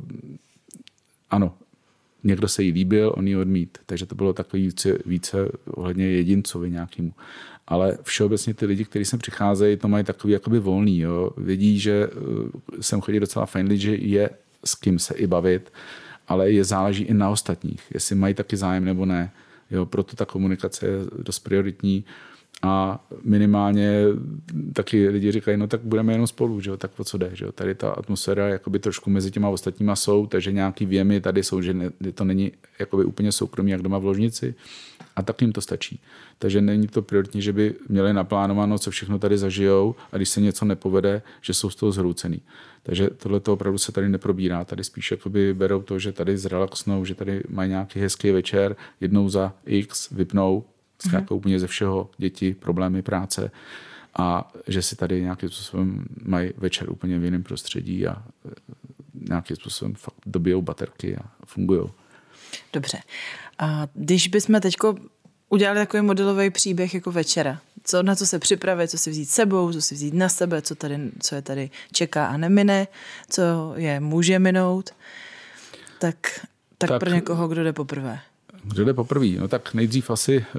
ano, někdo se jí líbil, on ji odmít. Takže to bylo takový více, více ohledně jedincovi nějakému. Ale všeobecně ty lidi, kteří sem přicházejí, to mají takový jakoby volný. Jo. Vědí, že sem chodí docela fajn lidi, že je s kým se i bavit, ale je záleží i na ostatních, jestli mají taky zájem nebo ne. Jo. Proto ta komunikace je dost prioritní a minimálně taky lidi říkají, no tak budeme jenom spolu, že jo, tak o co jde, že jo. Tady ta atmosféra jakoby trošku mezi těma ostatníma jsou, takže nějaký věmy tady jsou, že ne, to není jakoby úplně soukromí, jak doma v ložnici a tak jim to stačí. Takže není to prioritní, že by měli naplánováno, co všechno tady zažijou a když se něco nepovede, že jsou z toho zhroucený. Takže tohle to opravdu se tady neprobírá. Tady spíš jakoby berou to, že tady zrelaxnou, že tady mají nějaký hezký večer, jednou za X vypnou, zkrátka mm-hmm. úplně ze všeho, děti, problémy, práce a že si tady nějakým způsobem mají večer úplně v jiném prostředí a nějakým způsobem fakt dobijou baterky a fungujou. Dobře. A když bychom teďko udělali takový modelový příběh jako večera, co, na co se připravit, co si vzít sebou, co si vzít na sebe, co, tady, co je tady čeká a nemine, co je může minout. Tak, tak, tak pro někoho, kdo jde poprvé. Kdo jde poprvé? No tak nejdřív asi uh,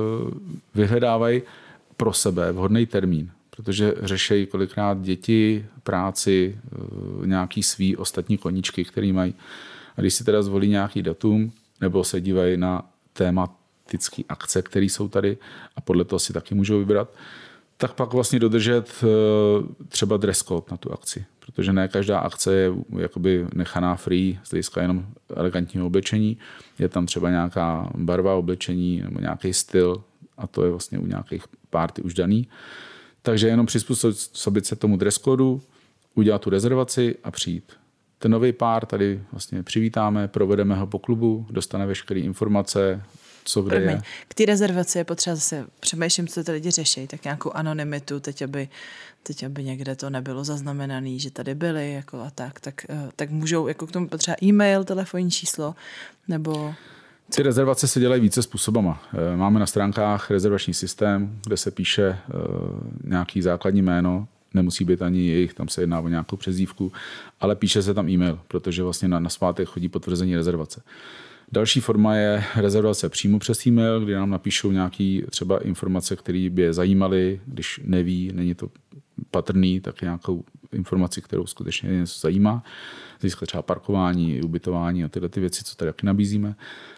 vyhledávají pro sebe vhodný termín, protože řešejí kolikrát děti, práci, uh, nějaký svý ostatní koníčky, který mají. A když si teda zvolí nějaký datum, nebo se dívají na tematické akce, které jsou tady a podle toho si taky můžou vybrat, tak pak vlastně dodržet třeba dress code na tu akci. Protože ne každá akce je jakoby nechaná free z hlediska jenom elegantního oblečení. Je tam třeba nějaká barva oblečení nebo nějaký styl a to je vlastně u nějakých party už daný. Takže jenom přizpůsobit se tomu dress codu, udělat tu rezervaci a přijít. Ten nový pár tady vlastně přivítáme, provedeme ho po klubu, dostane veškeré informace, co kde Promiň. je. K té rezervaci je potřeba zase, přemýšlím, co to lidi řeší, tak nějakou anonymitu, teď aby, teď aby někde to nebylo zaznamenané, že tady byli jako a tak, tak, tak můžou jako k tomu potřeba e-mail, telefonní číslo, nebo... Ty rezervace se dělají více způsobama. Máme na stránkách rezervační systém, kde se píše nějaký základní jméno, nemusí být ani jejich, tam se jedná o nějakou přezdívku, ale píše se tam e-mail, protože vlastně na, na svátek chodí potvrzení rezervace. Další forma je rezervace přímo přes e-mail, kdy nám napíšou nějaké třeba informace, které by je zajímaly, když neví, není to patrný, tak nějakou informaci, kterou skutečně něco zajímá. Získat třeba parkování, ubytování a tyhle ty věci, co tady taky nabízíme.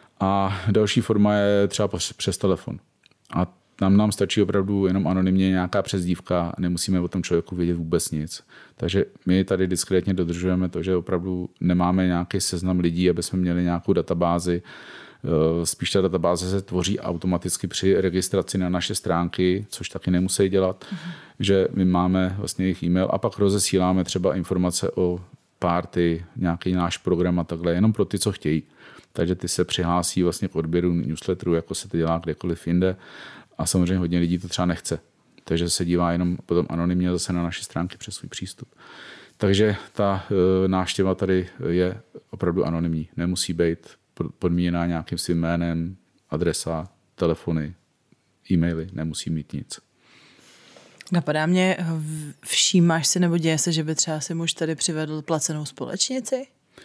A další forma je třeba přes telefon. A tam nám stačí opravdu jenom anonymně nějaká přezdívka, nemusíme o tom člověku vědět vůbec nic. Takže my tady diskrétně dodržujeme to, že opravdu nemáme nějaký seznam lidí, aby jsme měli nějakou databázi. Spíš ta databáze se tvoří automaticky při registraci na naše stránky, což taky nemusí dělat, mhm. že my máme vlastně jejich e-mail a pak rozesíláme třeba informace o party, nějaký náš program a takhle, jenom pro ty, co chtějí. Takže ty se přihlásí vlastně k odběru newsletteru, jako se to dělá kdekoliv jinde. A samozřejmě hodně lidí to třeba nechce. Takže se dívá jenom potom anonymně zase na naše stránky přes svůj přístup. Takže ta e, návštěva tady je opravdu anonymní. Nemusí být podmíněná nějakým svým jménem, adresa, telefony, e-maily. Nemusí mít nic. Napadá mě, všímáš si nebo děje se, že by třeba si muž tady přivedl placenou společnici?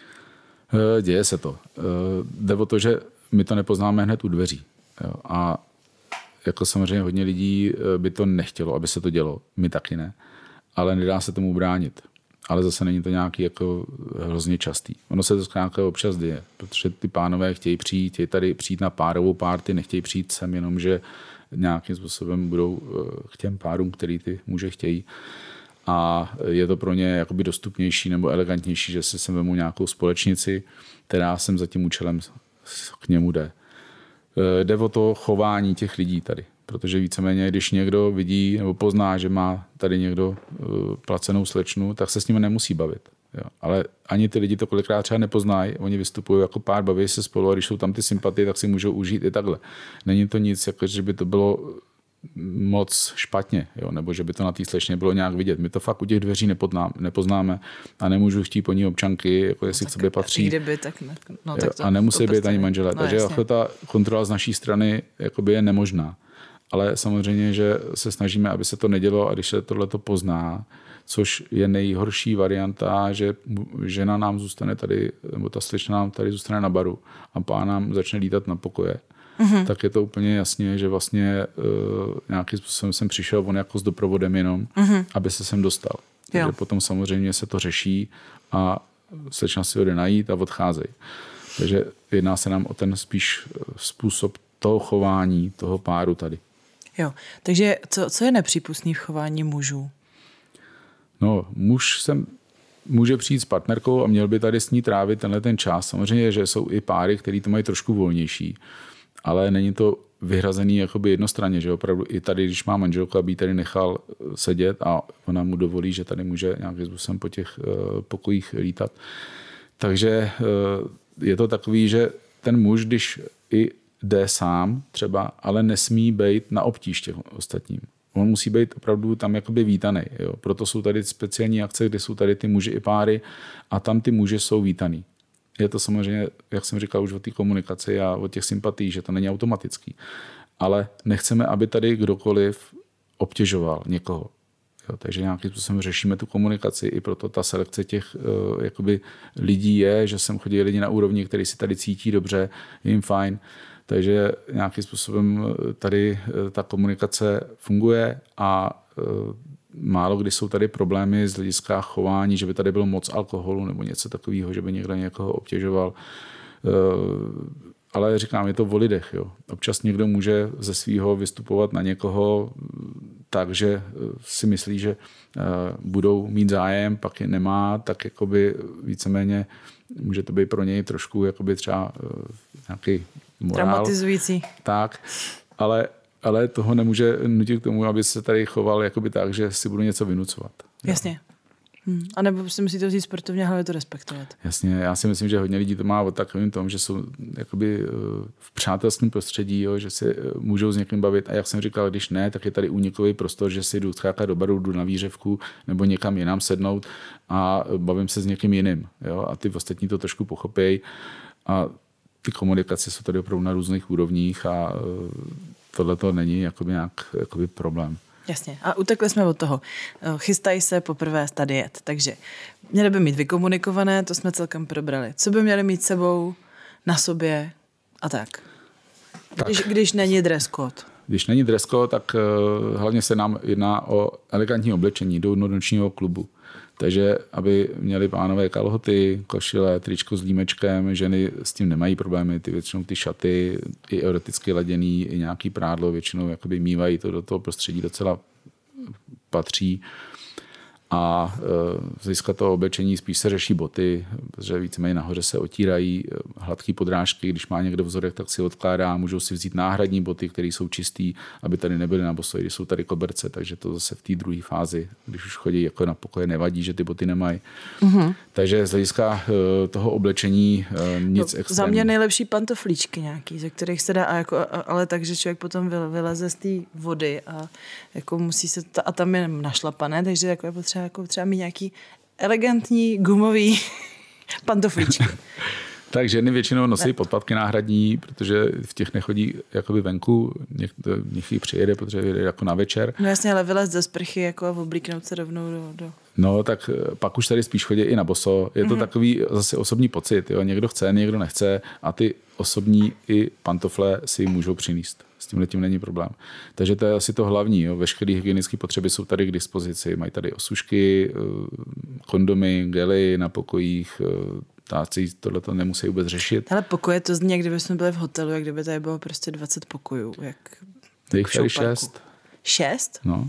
E, děje se to. E, jde o to, že my to nepoznáme hned u dveří. Jo. A jako samozřejmě hodně lidí by to nechtělo, aby se to dělo. My taky ne. Ale nedá se tomu bránit. Ale zase není to nějaký jako hrozně častý. Ono se to zkrátka občas děje, protože ty pánové chtějí přijít, chtějí tady přijít na párovou párty, nechtějí přijít sem, jenom že nějakým způsobem budou k těm párům, který ty muže chtějí. A je to pro ně jakoby dostupnější nebo elegantnější, že si sem vemu nějakou společnici, která sem za tím účelem k němu jde. Jde o to chování těch lidí tady, protože víceméně, když někdo vidí nebo pozná, že má tady někdo placenou slečnu, tak se s ním nemusí bavit. Jo. Ale ani ty lidi to kolikrát třeba nepoznají, oni vystupují jako pár, baví se spolu a když jsou tam ty sympatie, tak si můžou užít i takhle. Není to nic, jako že by to bylo moc špatně, jo? Nebo že by to na té slečně bylo nějak vidět. My to fakt u těch dveří nepoznáme a nemůžu chtít po ní občanky, jako jestli no, k sobě patří. Kdyby, tak ne, no, tak to, a nemusí to být ani manželé. No, takže jako ta kontrola z naší strany jakoby je nemožná. Ale samozřejmě, že se snažíme, aby se to nedělo a když se tohleto pozná, což je nejhorší varianta, že žena nám zůstane tady, nebo ta slečna nám tady zůstane na baru a pán nám začne lítat na pokoje. Mm-hmm. Tak je to úplně jasně, že vlastně uh, nějakým způsobem jsem přišel on jako s doprovodem jenom, mm-hmm. aby se sem dostal. Takže jo. Potom samozřejmě se to řeší a slečna si jde najít a odcházejí. Takže jedná se nám o ten spíš způsob toho chování, toho páru tady. Jo, takže co, co je nepřípustný v chování mužů? No, muž sem může přijít s partnerkou a měl by tady s ní trávit tenhle ten čas. Samozřejmě, že jsou i páry, který to mají trošku volnější, ale není to vyhrazený jakoby jednostranně, že opravdu i tady, když má manželku, aby ji tady nechal sedět a ona mu dovolí, že tady může nějakým způsobem po těch uh, pokojích lítat. Takže uh, je to takový, že ten muž, když i jde sám třeba, ale nesmí být na obtíž těch ostatním. On musí být opravdu tam jakoby vítaný. Jo. Proto jsou tady speciální akce, kde jsou tady ty muži i páry a tam ty muži jsou vítaný. Je to samozřejmě, jak jsem říkal, už o té komunikaci a o těch sympatiích, že to není automatický. Ale nechceme, aby tady kdokoliv obtěžoval někoho. Jo, takže nějakým způsobem řešíme tu komunikaci, i proto ta selekce těch uh, jakoby lidí je, že sem chodí lidi na úrovni, kteří si tady cítí dobře, je jim fajn. Takže nějakým způsobem tady ta komunikace funguje a uh, málo kdy jsou tady problémy z hlediska chování, že by tady bylo moc alkoholu nebo něco takového, že by někdo někoho obtěžoval. Uh, ale říkám, je to o lidech. Jo. Občas někdo může ze svého vystupovat na někoho tak, že si myslí, že budou mít zájem, pak je nemá, tak jakoby víceméně může to být pro něj trošku jakoby třeba nějaký morál. Traumatizující. Tak, ale, ale toho nemůže nutit k tomu, aby se tady choval jakoby tak, že si budu něco vynucovat. Jasně. Hmm. A nebo si musíte vzít sportovně, hlavně to respektovat. Jasně, já si myslím, že hodně lidí to má o takovým tom, že jsou jakoby v přátelském prostředí, jo, že si můžou s někým bavit a jak jsem říkal, když ne, tak je tady únikový prostor, že si jdu skákat do baru, jdu na výřevku nebo někam jinam sednout a bavím se s někým jiným. Jo, a ty ostatní to trošku pochopějí a ty komunikace jsou tady opravdu na různých úrovních a tohle to není jakoby nějak jakoby problém. Jasně. A utekli jsme od toho. Chystají se poprvé tady jet. Takže měli by mít vykomunikované, to jsme celkem probrali. Co by měli mít sebou, na sobě a tak. tak. Když, když není dress code. Když není dress code, tak uh, hlavně se nám jedná o elegantní oblečení do nočního klubu. Takže aby měli pánové kalhoty, košile, tričko s límečkem, ženy s tím nemají problémy, ty většinou ty šaty, i eroticky laděný, i nějaký prádlo většinou jakoby mývají, to do toho prostředí docela patří. A z hlediska toho oblečení spíš se řeší boty, protože víceméně nahoře se otírají hladký podrážky, když má někdo vzorek, tak si odkládá, můžou si vzít náhradní boty, které jsou čistý, aby tady nebyly na boso, když jsou tady koberce, takže to zase v té druhé fázi, když už chodí jako na pokoje, nevadí, že ty boty nemají. Mm-hmm. Takže z hlediska toho oblečení nic no, extrémního. Za mě nejlepší pantoflíčky nějaký, ze kterých se dá, a jako, ale tak, že člověk potom vyleze z té vody a jako musí se, a tam je našlapané, takže jako je potřeba jako třeba mít nějaký elegantní gumový pantoflíčky. Tak ženy většinou nosí ne. podpatky náhradní, protože v těch nechodí jakoby venku, někdy přijede, protože jede jako na večer. No jasně, ale vylézt ze sprchy jako a oblíknout se rovnou do, do... No, tak pak už tady spíš chodí i na boso. Je to mm-hmm. takový zase osobní pocit. Jo? Někdo chce, někdo nechce a ty osobní i pantofle si můžou přinést. S tímhle tím není problém. Takže to je asi to hlavní. Jo? Veškeré hygienické potřeby jsou tady k dispozici. Mají tady osušky, kondomy, gely na pokojích, táci tohle to nemusí vůbec řešit. Ale pokoje to zní, jak kdyby jsme byli v hotelu, jak kdyby tady bylo prostě dvacet pokojů. Jak je tady šest. Šest? No.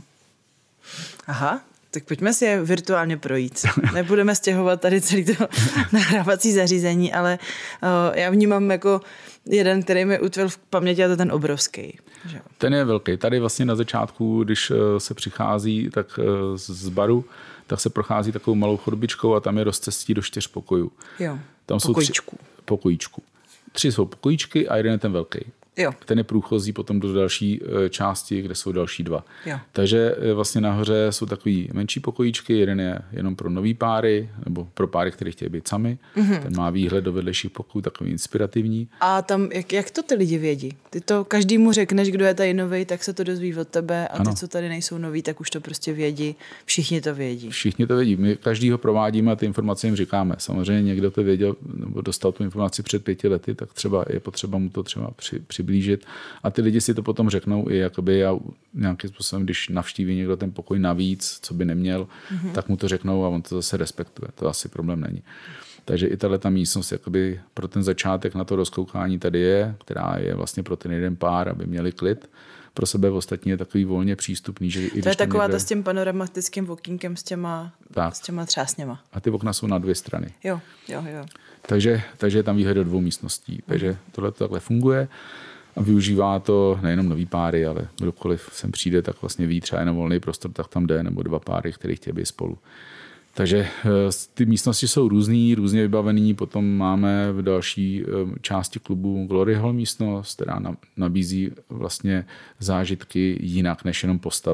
Aha, tak pojďme si je virtuálně projít. Nebudeme stěhovat tady celý to nahrávací zařízení, ale uh, já vnímám jako jeden, který mi utvil v paměti, a to je ten obrovský. Že? Ten je velký. Tady vlastně na začátku, když se přichází tak z baru, tak se prochází takovou malou chodbičkou a tam je rozcestí do čtyř pokojů. Jo, tam pokojíčku. Jsou tři, pokojíčku. Tři jsou pokojíčky a jeden je ten velký. Jo. Ten je průchozí potom do další části, kde jsou další dva. Jo. Takže vlastně nahoře jsou takový menší pokojíčky, jeden je jenom pro nový páry, nebo pro páry, které chtějí být sami. Mm-hmm. Ten má výhled do vedlejších pokojů, takový inspirativní. A tam, jak, jak to ty lidi vědí? Ty to každému řekneš, kdo je tady novej, tak se to dozví od tebe a ano. Ty, co tady nejsou noví, tak už to prostě vědí. Všichni to vědí. Všichni to vědí. My každýho provádíme a ty informace jim říkáme. Samozřejmě někdo to věděl, nebo dostal tu informaci před pěti lety, tak třeba je potřeba mu to třeba při, přiblížit. A ty lidi si to potom řeknou i jakoby a nějakým způsobem, když navštíví někdo ten pokoj navíc, co by neměl, mm-hmm. tak mu to řeknou a on to zase respektuje. To asi problém není. Takže i tato místnost jakoby pro ten začátek na to rozkoukání tady je, která je vlastně pro ten jeden pár, aby měli klid. Pro sebe ostatní je takový volně přístupný. Že i to je taková někde... s tím panoramatickým okýnkem s těma, s těma třásněma. A ty okna jsou na dvě strany. Jo, jo, jo. Takže, takže je tam výhled do dvou místností. Takže mm. tohle takhle funguje. A využívá to nejenom nový páry, ale kdokoliv sem přijde, tak vlastně ví třeba jenom volný prostor, tak tam jde, nebo dva páry, který chtějí být spolu. Takže ty místnosti jsou různý, různě vybavený. Potom máme v další části klubu Glory Hall místnost, která nabízí vlastně zážitky jinak než jenom postele.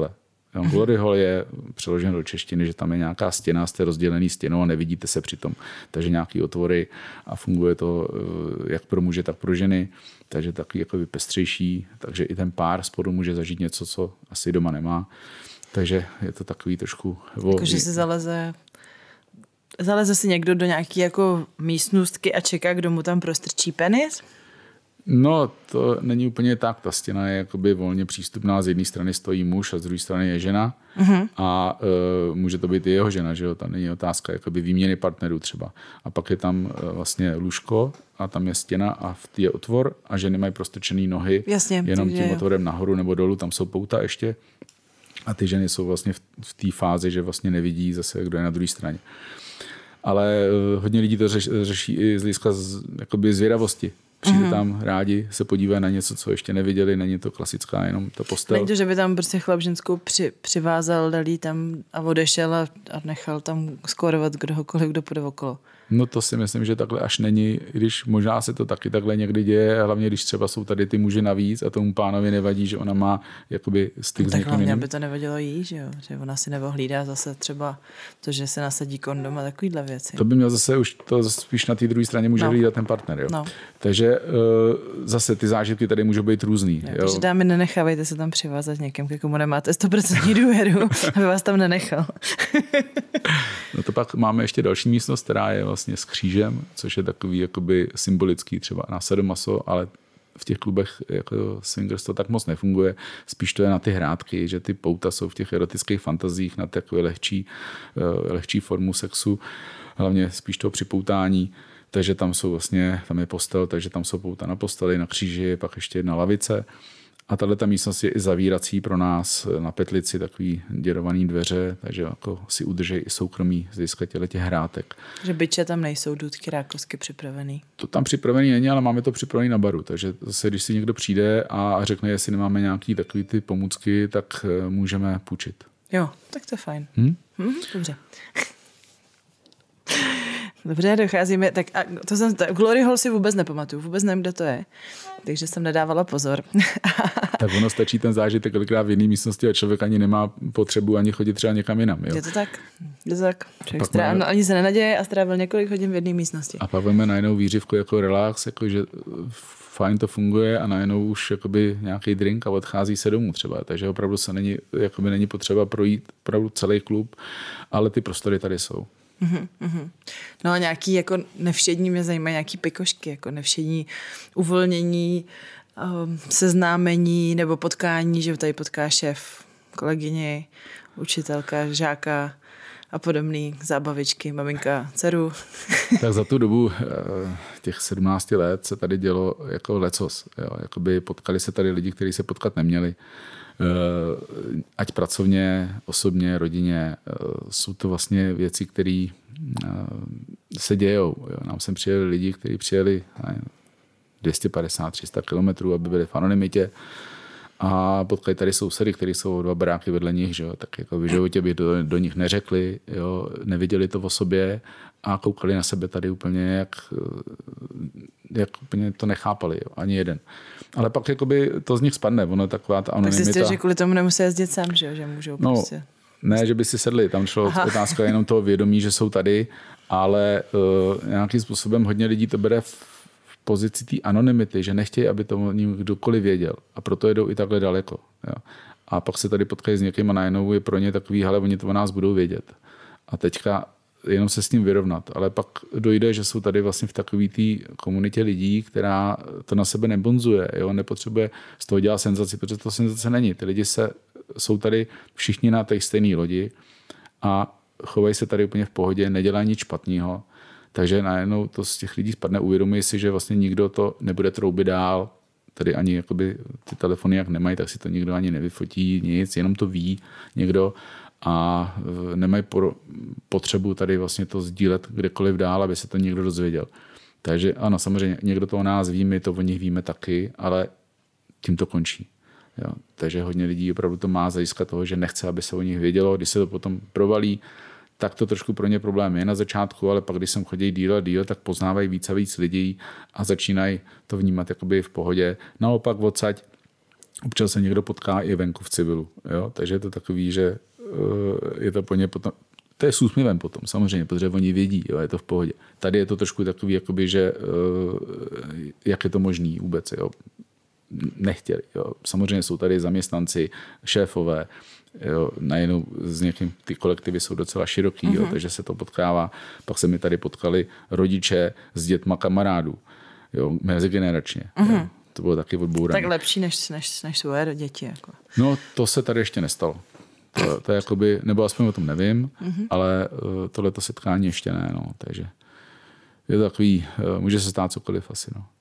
Jo, glory hole je přeloženo do češtiny, že tam je nějaká stěna, jste rozdělený stěnou a nevidíte se přitom. Takže nějaký otvory a funguje to jak pro muže, tak pro ženy. Takže takový jako pestřejší. Takže i ten pár sporu může zažít něco, co asi doma nemá. Takže je to takový trošku... Jako, že si zaleze... Zaleze si někdo do nějaký jako místnostky a čeká, kdo mu tam prostrčí penis? No, to není úplně tak. Ta stěna je jakoby volně přístupná. Z jedné strany stojí muž a z druhé strany je žena. Uh-huh. A e, může to být i jeho žena, že jo? Tam není otázka jakoby výměny partnerů třeba. A pak je tam e, vlastně lůžko a tam je stěna a v té je otvor a ženy mají prostrčený nohy. Jasně, jenom tím jo. otvorem nahoru nebo dolů. Tam jsou pouta ještě. A ty ženy jsou vlastně v, v té fázi, že vlastně nevidí zase, kdo je na druhé straně. Ale e, hodně lidí to řeš, řeší i z hlediska z, jakoby zvědavosti. Přijde mm. tam rádi, se podívají na něco, co ještě neviděli, není to klasická jenom ta postel. Není to, že by tam prostě chlap ženskou při, přivázal, dal jí tam a odešel a, a nechal tam skórovat kdohokoliv, kdo půjde okolo. No to si myslím, že takhle až není, i když možná se to taky takhle někdy děje, hlavně když třeba jsou tady ty muži navíc a tomu pánovi nevadí, že ona má jakoby styk no, s někým jiným. Tak hlavně, aby to nevadilo jí, že jo, že ona si neohlídá zase třeba to, že se nasadí kondom a takovýhle věci. To by měl zase už to zase spíš na té druhé straně může no. hlídat ten partner, jo. No. Takže uh, zase ty zážitky tady můžou být různý. Jo, jo. Takže dámy, nenechávejte se tam přivázat někým, k komu nemáte sto procent důvěru, aby vás tam nenechal. No to pak máme ještě další místnost, která je vlastně s křížem, což je takový jakoby symbolický třeba na sadomaso, ale v těch klubech jako swingers to tak moc nefunguje. Spíš to je na ty hrátky, že ty pouta jsou v těch erotických fantazích na takové lehčí, lehčí formu sexu, hlavně spíš toho připoutání. Takže tam jsou vlastně, tam je postel, takže tam jsou pouta na posteli, na kříži, pak ještě jedna lavice. A tato místnost je i zavírací pro nás na petlici, takový děrovaný dveře, takže jako si udržej i soukromí z hlediska těch hrátek. Že byče tam nejsou důtky rákosky připravený? To tam připravený není, ale máme to připravený na baru, takže zase, když si někdo přijde a řekne, jestli nemáme nějaký takový ty pomůcky, tak můžeme půjčit. Jo, tak to je fajn. Hm? Hm, dobře. Dobře, docházíme. Tak a to jsem, to, Glory Hole si vůbec nepamatuju, vůbec nevím, kde to je, takže jsem nedávala pozor. Tak ono stačí ten zážitek kolikrát v jiné místnosti a člověk ani nemá potřebu ani chodit třeba někam jinam. Jo? Je to tak? Je to tak. Člověk strávil, máme... ani se nenaděje a strávil několik hodin v jedné místnosti. A pak máme najednou výřivku jako relax, jako že fajn to funguje a najednou už jakoby nějaký drink a odchází se domů třeba. Takže opravdu se není, jakoby není potřeba projít opravdu celý klub, ale ty prostory tady jsou. Uhum, uhum. No a nějaký jako nevšední, mě zajímají nějaký pikošky, jako nevšední uvolnění, um, seznámení nebo potkání, že tady potká šéf, kolegyni, učitelka, žáka a podobný zábavičky, maminka, dceru. Tak za tu dobu těch sedmnáct let se tady dělo jako lecos. Jo. Jakoby potkali se tady lidi, kteří se potkat neměli. Ať pracovně, osobně, rodině. Jsou to vlastně věci, které se dějou. Jo. Nám sem přijeli lidi, kteří přijeli dvě stě padesát tři sta kilometrů, aby byli v anonymitě. A potkali tady sousedy, kteří jsou dva baráky vedle nich, že jo, tak jako v životě by do, do nich neřekli, jo, neviděli to o sobě a koukali na sebe tady úplně, jak, jak úplně to nechápali, jo, ani jeden. Ale pak jakoby to z nich spadne, ono taková ta anonymita. Tak si jste, že kvůli tomu nemusí jezdit sám, že jo, že můžou no, prostě... Ne, že by si sedli, tam šlo Aha. otázka jenom toho vědomí, že jsou tady, ale uh, nějakým způsobem hodně lidí to bere v pozici té anonymity, že nechtějí, aby to o ním kdokoliv věděl. A proto jedou i takhle daleko. Jo. A pak se tady potkají s někým a najednou je pro ně takový, hele, oni to o nás budou vědět. A teďka jenom se s tím vyrovnat. Ale pak dojde, že jsou tady vlastně v takové té komunitě lidí, která to na sebe nebonzuje. Jo. Nepotřebuje z toho dělat senzaci, protože to senzace není. Ty lidi se, jsou tady všichni na té stejné lodi a chovají se tady úplně v pohodě, nedělají nic špatného. Takže najednou to z těch lidí spadne, uvědomí si, že vlastně nikdo to nebude troubit dál, tady ani jakoby ty telefony jak nemají, tak si to nikdo ani nevyfotí, nic, jenom to ví někdo a nemají potřebu tady vlastně to sdílet kdekoliv dál, aby se to někdo dozvěděl. Takže ano, samozřejmě někdo to o nás ví, my to o nich víme taky, ale tím to končí. Jo. Takže hodně lidí opravdu to má z hlediska toho, že nechce, aby se o nich vědělo, když se to potom provalí, tak to trošku pro ně problém je na začátku, ale pak, když sem chodí díl a díl, tak poznávají víc a víc lidí a začínají to vnímat jakoby v pohodě. Naopak odsaď občas se někdo potká i venku v civilu. Jo? Takže je to takový, že je to po ně potom, to je s úsměvem potom, samozřejmě, protože oni vědí, jo, je to v pohodě. Tady je to trošku takový, jakoby, že jak je to možný vůbec, jo. Nechtěli. Jo. Samozřejmě jsou tady zaměstnanci, šéfové, jo. Najednou z někým ty kolektivy jsou docela široký, mm-hmm. jo, takže se to potkává. Pak se mi tady potkali rodiče s dětma kamarádů, jo, mezigeneračně. Mm-hmm. Jo. To bylo taky odbourané. Tak lepší než, než, než svoje děti. Jako. No, to se tady ještě nestalo. To, to je jakoby, nebo aspoň o tom nevím, mm-hmm. ale uh, tohleto setkání ještě ne, no, takže je to takový, uh, může se stát cokoliv asi, no.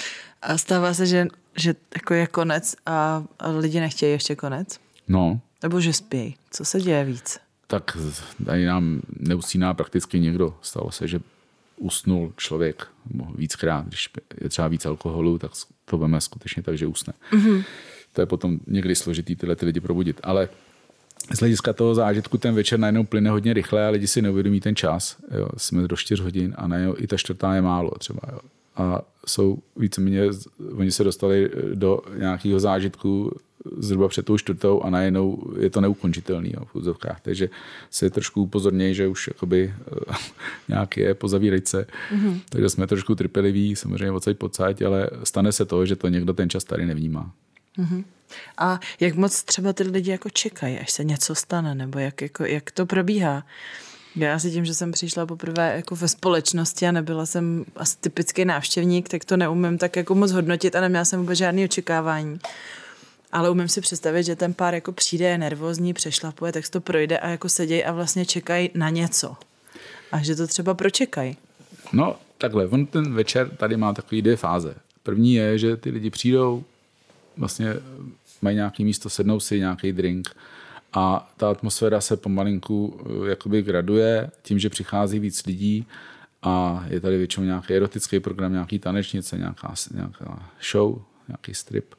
A stává se, že, že jako je konec a, a lidi nechtějí ještě konec? No. Nebo že spějí? Co se děje víc? Tak tady nám neusíná prakticky někdo. Stalo se, že usnul člověk víckrát, když je třeba víc alkoholu, tak to budeme skutečně tak, že usne. Mm-hmm. To je potom někdy složitý tyhle ty lidi probudit, ale z hlediska toho zážitku ten večer najednou plyne hodně rychle a lidi si neuvědomí ten čas. Jo. Jsme do čtyř hodin a najednou i ta čtvrtá je málo třeba. Jo. A jsou víceméně, oni se dostali do nějakého zážitku zhruba před tou čtvrtou a najednou je to neukončitelný, jo, v úzovkách. Takže se trošku upozornějí, že už jakoby nějaký je pozavírejce. Mm-hmm. Takže jsme trošku trpěliví, samozřejmě odsaď pocať, ale stane se to, že to někdo ten čas tady nevnímá. Mm-hmm. A jak moc třeba ty lidi jako čekají, až se něco stane, nebo jak, jako, jak to probíhá? Já si tím, že jsem přišla poprvé jako ve společnosti a nebyla jsem asi typický návštěvník, tak to neumím tak jako moc hodnotit a neměla jsem vůbec žádný očekávání. Ale umím si představit, že ten pár jako přijde, je nervózní, přešlapuje, tak to projde a jako sedějí a vlastně čekají na něco. A že to třeba pročekají. No takhle, on ten večer tady má takový dvě fáze. První je, že ty lidi přijdou, vlastně mají nějaký místo, sednou si nějaký drink a ta atmosféra se pomalinku jakoby graduje tím, že přichází víc lidí a je tady většinou nějaký erotický program, nějaký tanečnice, nějaká, nějaká show, nějaký strip.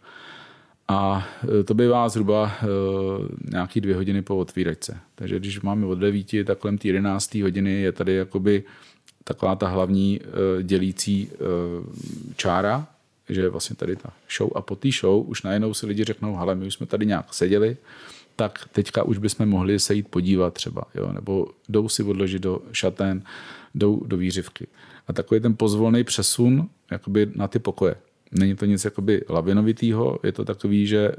A to bývá zhruba nějaký dvě hodiny po otvíračce. Takže když máme od devíti, tak kolem té jedenácté hodiny je tady jakoby taková ta hlavní dělící čára, že je vlastně tady ta show a po té show už najednou si lidi řeknou, hele, my už jsme tady nějak seděli, tak teďka už bychom mohli se jít podívat třeba, jo? Nebo jdou si odložit do šatén, jdou do výřivky. A takový ten pozvolný přesun jakoby na ty pokoje. Není to nic jakoby lavinovitýho, je to takový, že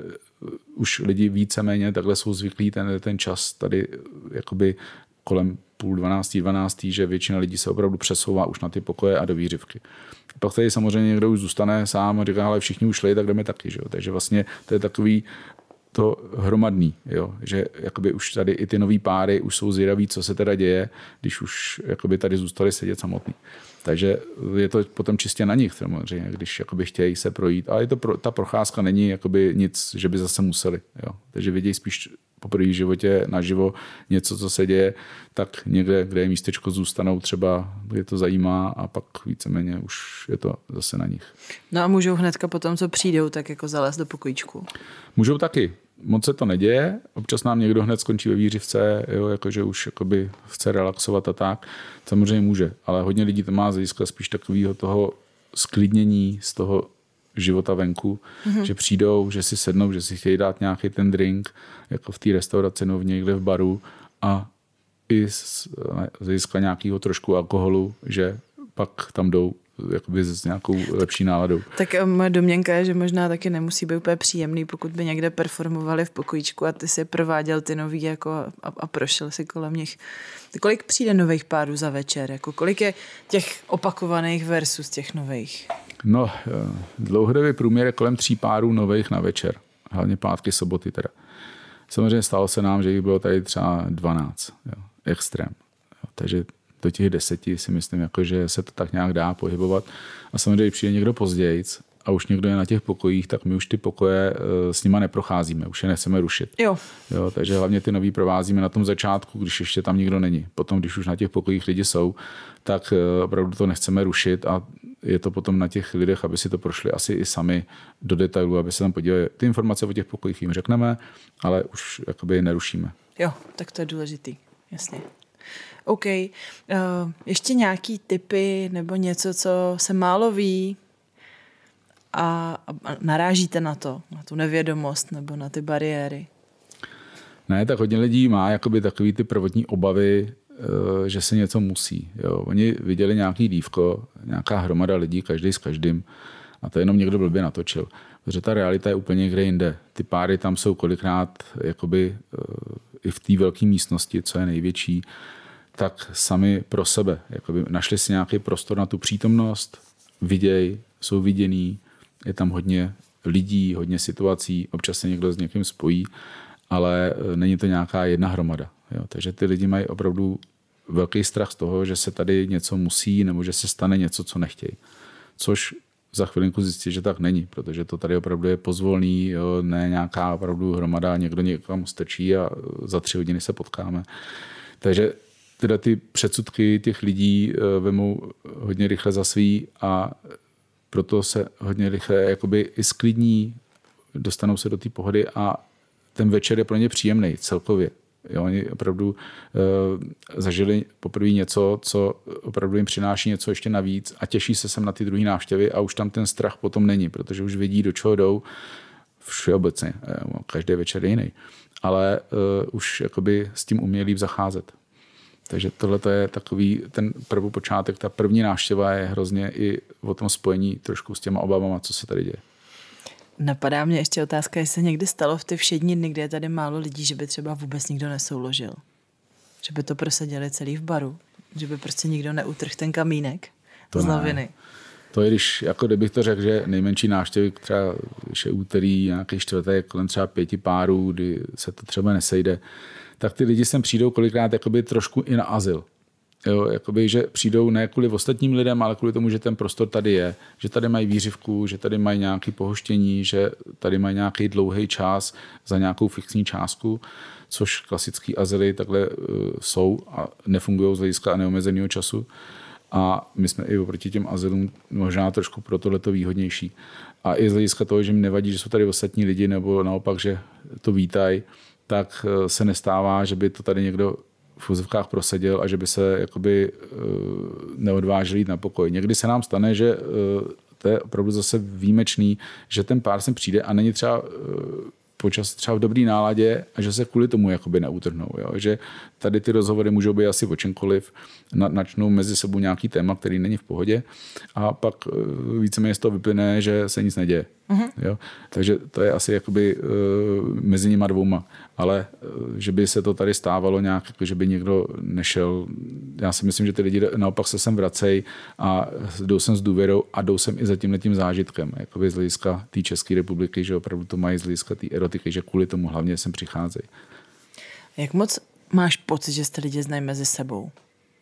už lidi víceméně takhle jsou zvyklí ten, ten čas tady jakoby kolem půl dvanáctý, dvanáctý, že většina lidí se opravdu přesouvá už na ty pokoje a do výřivky. Pak tady samozřejmě někdo už zůstane sám a říká, ale všichni už šli, tak jdeme taky. Že? Takže vlastně to je takový to hromadný, jo? Že jakoby už tady i ty nový páry už jsou zvědaví, co se teda děje, když už jakoby tady zůstali sedět samotný. Takže je to potom čistě na nich samozřejmě, když jakoby chtějí se projít. Ale je to pro, ta procházka není jakoby nic, že by zase museli. Jo? Takže vidějí spíš poprvé v životě naživo něco, co se děje, tak někde, kde je místečko, zůstanou třeba, je to zajímá a pak víceméně už je to zase na nich. No a můžou hnedka potom, co přijdou, tak jako zalézt do pokojíčku? Můžou taky. Moc se to neděje. Občas nám někdo hned skončí ve výřivce, jo, jakože už jakoby chce relaxovat a tak. Samozřejmě může, ale hodně lidí to má z hlediska spíš takového toho sklidnění z toho života venku, mm-hmm. že přijdou, že si sednou, že si chtějí dát nějaký ten drink, jako v té restauraci nebo někde v baru a i z hlediska nějakého trošku alkoholu, že pak tam jdou jakoby s nějakou lepší náladou. Tak moje domněnka je, že možná taky nemusí být úplně příjemný, pokud by někde performovali v pokojíčku a ty si prováděl ty nový jako a, a prošel si kolem nich. Kolik přijde nových párů za večer? Jako kolik je těch opakovaných versus těch nových? No, dlouhodobý průměr je kolem tří párů nových na večer. Hlavně pátky, soboty teda. Samozřejmě stalo se nám, že jich bylo tady třeba dvanáct. Jo, extrém. Jo, takže do těch deseti si myslím, jako, že se to tak nějak dá pohybovat. A samozřejmě, když přijde někdo pozdějc a už někdo je na těch pokojích, tak my už ty pokoje s nima neprocházíme, už je nechceme rušit. Jo. Jo, takže hlavně ty nový provázíme na tom začátku, když ještě tam nikdo není. Potom, když už na těch pokojích lidi jsou, tak opravdu to nechceme rušit a je to potom na těch lidech, aby si to prošli asi i sami do detailu, aby se tam podívali. Ty informace o těch pokojích jim řekneme, ale už jakoby nerušíme. Jo, tak to je důležitý, jasně. OK. Uh, ještě nějaký tipy nebo něco, co se málo ví, a, a narážíte na to, na tu nevědomost nebo na ty bariéry? Ne, tak hodně lidí má jakoby takový ty prvotní obavy, že se něco musí. Jo. Oni viděli nějaký dívko, nějaká hromada lidí, každý s každým a to jenom někdo blbě natočil. Protože ta realita je úplně někde jinde. Ty páry tam jsou kolikrát jakoby i v té velké místnosti, co je největší, tak sami pro sebe. Jakoby našli si nějaký prostor na tu přítomnost, viděj, jsou viděný, je tam hodně lidí, hodně situací, občas se někdo s někým spojí, ale není to nějaká jedna hromada. Jo, takže ty lidi mají opravdu velký strach z toho, že se tady něco musí nebo že se stane něco, co nechtějí. Což za chvilinku zjistí, že tak není, protože to tady opravdu je pozvolný, jo, ne nějaká opravdu hromada, někdo někam strčí a za tři hodiny se potkáme. Takže tyhle ty předsudky těch lidí vemou hodně rychle za svý a proto se hodně rychle jakoby i sklidní, dostanou se do té pohody a ten večer je pro ně příjemný celkově. Jo, oni opravdu uh, zažili poprvé něco, co opravdu jim přináší něco ještě navíc a těší se sem na ty druhé návštěvy a už tam ten strach potom není, protože už vidí, do čeho jdou všeobecně. Každý večer je jiný. Ale uh, už jakoby s tím umějí líp zacházet. Takže tohle je takový ten prvopočátek, ta první návštěva je hrozně i o tom spojení trošku s těma obavama, co se tady děje. Napadá mě ještě otázka, jestli se někdy stalo v ty všední dny, kde je tady málo lidí, že by třeba vůbec nikdo nesouložil. Že by to proseděli celý v baru. Že by prostě nikdo neutrhl ten kamínek to z laviny. To je, když, jako kdybych to řekl, že nejmenší návštěvy, třeba když je úterý, nějaký čtvrtek, kolem třeba pěti párů, kdy se to třeba nesejde, tak ty lidi sem přijdou kolikrát jakoby trošku i na azyl. Jo, jakoby, že přijdou ne kvůli ostatním lidem, ale kvůli tomu, že ten prostor tady je, že tady mají výřivku, že tady mají nějaké pohoštění, že tady mají nějaký dlouhý čas za nějakou fixní částku, což klasický azyly takhle uh, jsou a nefungují z hlediska neomezeného času. A my jsme i oproti těm azylům možná trošku pro tohleto výhodnější. A i z hlediska toho, že mi nevadí, že jsou tady ostatní lidi, nebo naopak, že to vítají, tak se nestává, že by to tady někdo v úzovkách proseděl a že by se jakoby neodvážil jít na pokoj. Někdy se nám stane, že to je opravdu zase výjimečný, že ten pár sem přijde a není třeba počas třeba v dobrý náladě a že se kvůli tomu jakoby neutrhnou. Jo? Že tady ty rozhovory můžou být asi o čemkoliv, načnou mezi sebou nějaký téma, který není v pohodě a pak víceméně z toho vyplyne, že se nic neděje. Uh-huh. Jo? Takže to je asi jakoby uh, mezi nima dvouma. Ale uh, že by se to tady stávalo nějak, jako, že by někdo nešel. Já si myslím, že ty lidi naopak se sem vracejí a jdou sem s důvěrou a jdou sem i za tímhletím zážitkem. Jakoby z hlediska té České republiky, že opravdu to mají z hlediska té erotiky, že kvůli tomu hlavně sem přicházejí. Jak moc máš pocit, že jste lidi znají mezi sebou?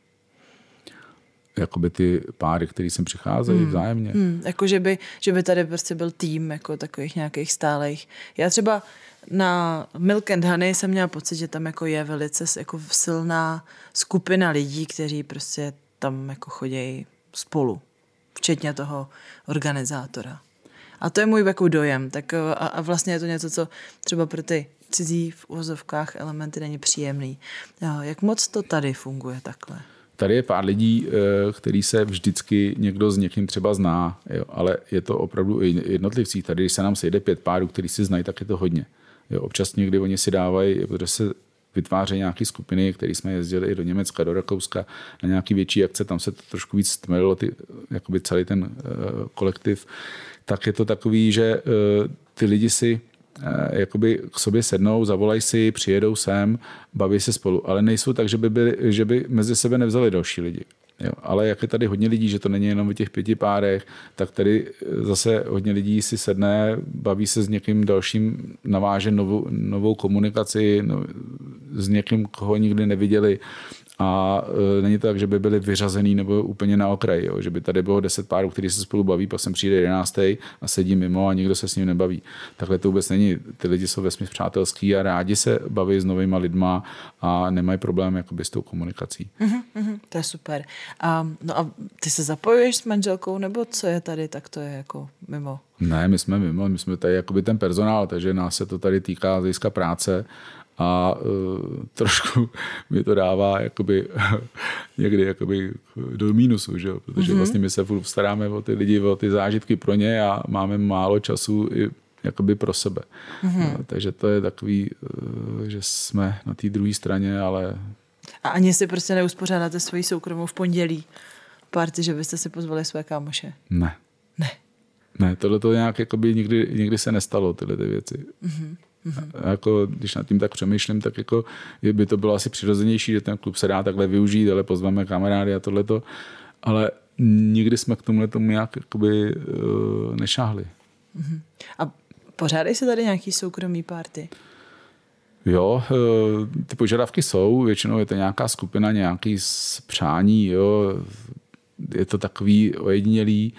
Jakoby ty páry, který sem přicházejí hmm. vzájemně. Hmm. Jako, že by, že by tady prostě byl tým jako takových nějakých stálých. Já třeba na Milk and Honey jsem měla pocit, že tam jako je velice jako silná skupina lidí, kteří prostě tam jako chodějí spolu. Včetně toho organizátora. A to je můj jako dojem. Tak a, a vlastně je to něco, co třeba pro ty cizí v uvozovkách elementy není příjemný. Jo, jak moc to tady funguje takhle? Tady je pár lidí, který se vždycky někdo s někým třeba zná, jo, ale je to opravdu jednotlivcí. Tady, když se nám sejde pět párů, který si znají, tak je to hodně. Jo, občas někdy oni si dávají, protože se vytvářejí nějaké skupiny, které jsme jezdili i do Německa, do Rakouska, na nějaké větší akce, tam se to trošku víc stmelilo, ty, jakoby celý ten uh, kolektiv, tak je to takový, že uh, ty lidi si jakoby k sobě sednou, zavolají si, přijedou sem, baví se spolu, ale nejsou tak, že by, byli, že by mezi sebe nevzali další lidi. Jo, ale jak je tady hodně lidí, že to není jenom o těch pěti párech, tak tady zase hodně lidí si sedne, baví se s někým dalším, naváže novou, novou komunikaci no, s někým, koho nikdy neviděli. A e, není to tak, že by byli vyřazený nebo úplně na okraji, jo? Že by tady bylo deset párů, kteří se spolu baví, pak sem přijde jedenáctý a sedí mimo a nikdo se s ním nebaví. Takhle to vůbec není. Ty lidi jsou vesměs přátelský a rádi se baví s novýma lidma a nemají problém jakoby s tou komunikací. Mm-hmm, mm-hmm, to je super. A, no a ty se zapojuješ s manželkou, nebo co je tady, tak to je jako mimo? Ne, my jsme mimo, my jsme tady jakoby ten personál, takže nás se to tady týká z hlediska práce a uh, trošku mi to dává jakoby, někdy jakoby do mínusu, že? Protože mm-hmm. vlastně my se furt staráme o ty lidi, o ty zážitky pro ně a máme málo času i jakoby pro sebe. Mm-hmm. No, takže to je takový, uh, že jsme na té druhé straně, ale... A ani si prostě neuspořádáte svoji soukromou v pondělí party, že byste si pozvali své kámoše? Ne. Ne. Ne, tohle to nějak jakoby nikdy, nikdy se nestalo, tyhle ty věci. Mm-hmm. A jako, když nad tím tak přemýšlím, tak jako by to bylo asi přirozenější, že ten klub se dá takhle využít, ale pozveme kamarády a tohleto, ale nikdy jsme k tomuhle tomu nějak jakoby, uh, nešáhli. Mm-hmm. A pořádají se tady nějaký soukromý party? Jo, ty požadavky jsou, většinou je to nějaká skupina, nějaký přání, jo. Je to takový ojedinělý,